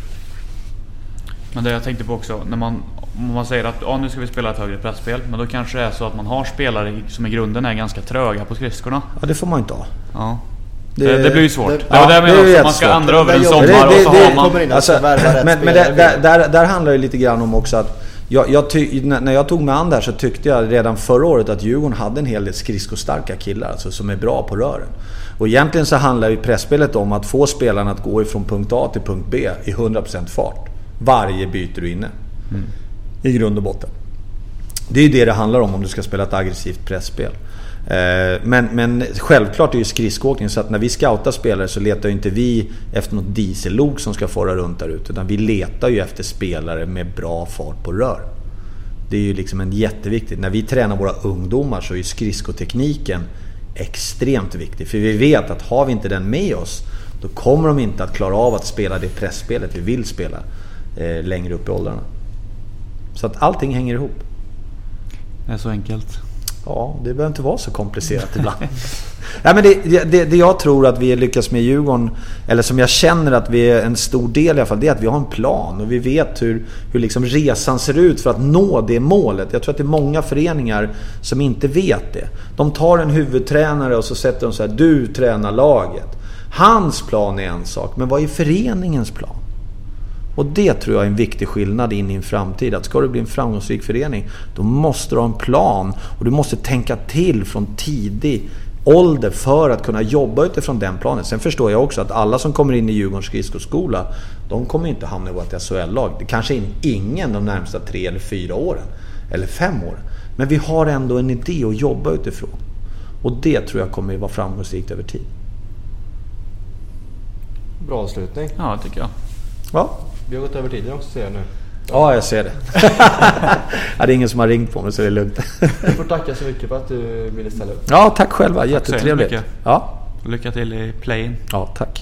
Speaker 4: Men det jag tänkte på också, när man, om man säger att ja, nu ska vi spela ett högre pressspel, men då kanske det är så att man har spelare som i grunden är ganska tröga på skridskorna.
Speaker 3: Ja, det får man inte ha.
Speaker 4: Ja. Det, det blir ju svårt. Det,
Speaker 3: ja,
Speaker 4: det, det, det är man ska andra över en sommar det, det, och så det, har man...
Speaker 2: In
Speaker 3: alltså, men men det, där, där, där handlar det lite grann om också att jag, jag ty, när jag tog mig an där så tyckte jag redan förra året att Djurgården hade en hel del skridskostarka killar alltså, som är bra på rören. Och egentligen så handlar ju pressspelet om att få spelarna att gå ifrån punkt A till punkt B i hundra procent fart. Varje byter du inne. Mm. I grund och botten. Det är ju det det handlar om om du ska spela ett aggressivt pressspel. Men, men självklart är ju skridskoåkning så att när vi scoutar spelare så letar ju inte vi efter något diesellok som ska fara runt där ute, utan vi letar ju efter spelare med bra fart på rör. Det är ju liksom en jätteviktigt. När vi tränar våra ungdomar så är ju skridskotekniken extremt viktig, för vi vet att har vi inte den med oss, då kommer de inte att klara av att spela det pressspelet vi vill spela eh, längre upp i åldrarna. Så att allting hänger ihop.
Speaker 4: Det är så enkelt.
Speaker 3: Ja, det behöver inte vara så komplicerat ibland. Nej, men det, det, det jag tror att vi lyckas med i Djurgården, eller som jag känner att vi är en stor del i alla fall, det är att vi har en plan och vi vet hur, hur liksom resan ser ut för att nå det målet. Jag tror att det är många föreningar som inte vet det. De tar en huvudtränare och så sätter de så här: du tränar laget. Hans plan är en sak, men vad är föreningens plan? Och det tror jag är en viktig skillnad in i en framtid. Att ska du bli en framgångsrik förening, då måste du ha en plan. Och du måste tänka till från tidig ålder för att kunna jobba utifrån den planen. Sen förstår jag också att alla som kommer in i Djurgårdens skridskoskola, de kommer inte hamna i vårt S H L-lag. Det kanske är ingen de närmsta tre eller fyra åren. Eller fem åren. Men vi har ändå en idé att jobba utifrån. Och det tror jag kommer att vara framgångsrikt över tid.
Speaker 2: Bra avslutning.
Speaker 4: Ja, tycker jag.
Speaker 3: Ja.
Speaker 2: Vi har gått över tiden också, ser jag nu.
Speaker 3: Ja, jag ser det. Ja, det är ingen som har ringt på mig, så det är lugnt.
Speaker 2: Jag får tacka så mycket för att du ville ställa upp.
Speaker 3: Ja, tack själva. Jättetrevligt.
Speaker 4: Tack
Speaker 3: ja.
Speaker 4: Lycka till i play-in.
Speaker 3: Ja, tack.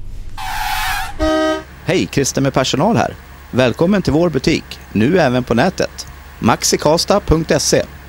Speaker 1: Hej, Christer med personal här. Välkommen till vår butik, nu även på nätet. maxikasta punkt se.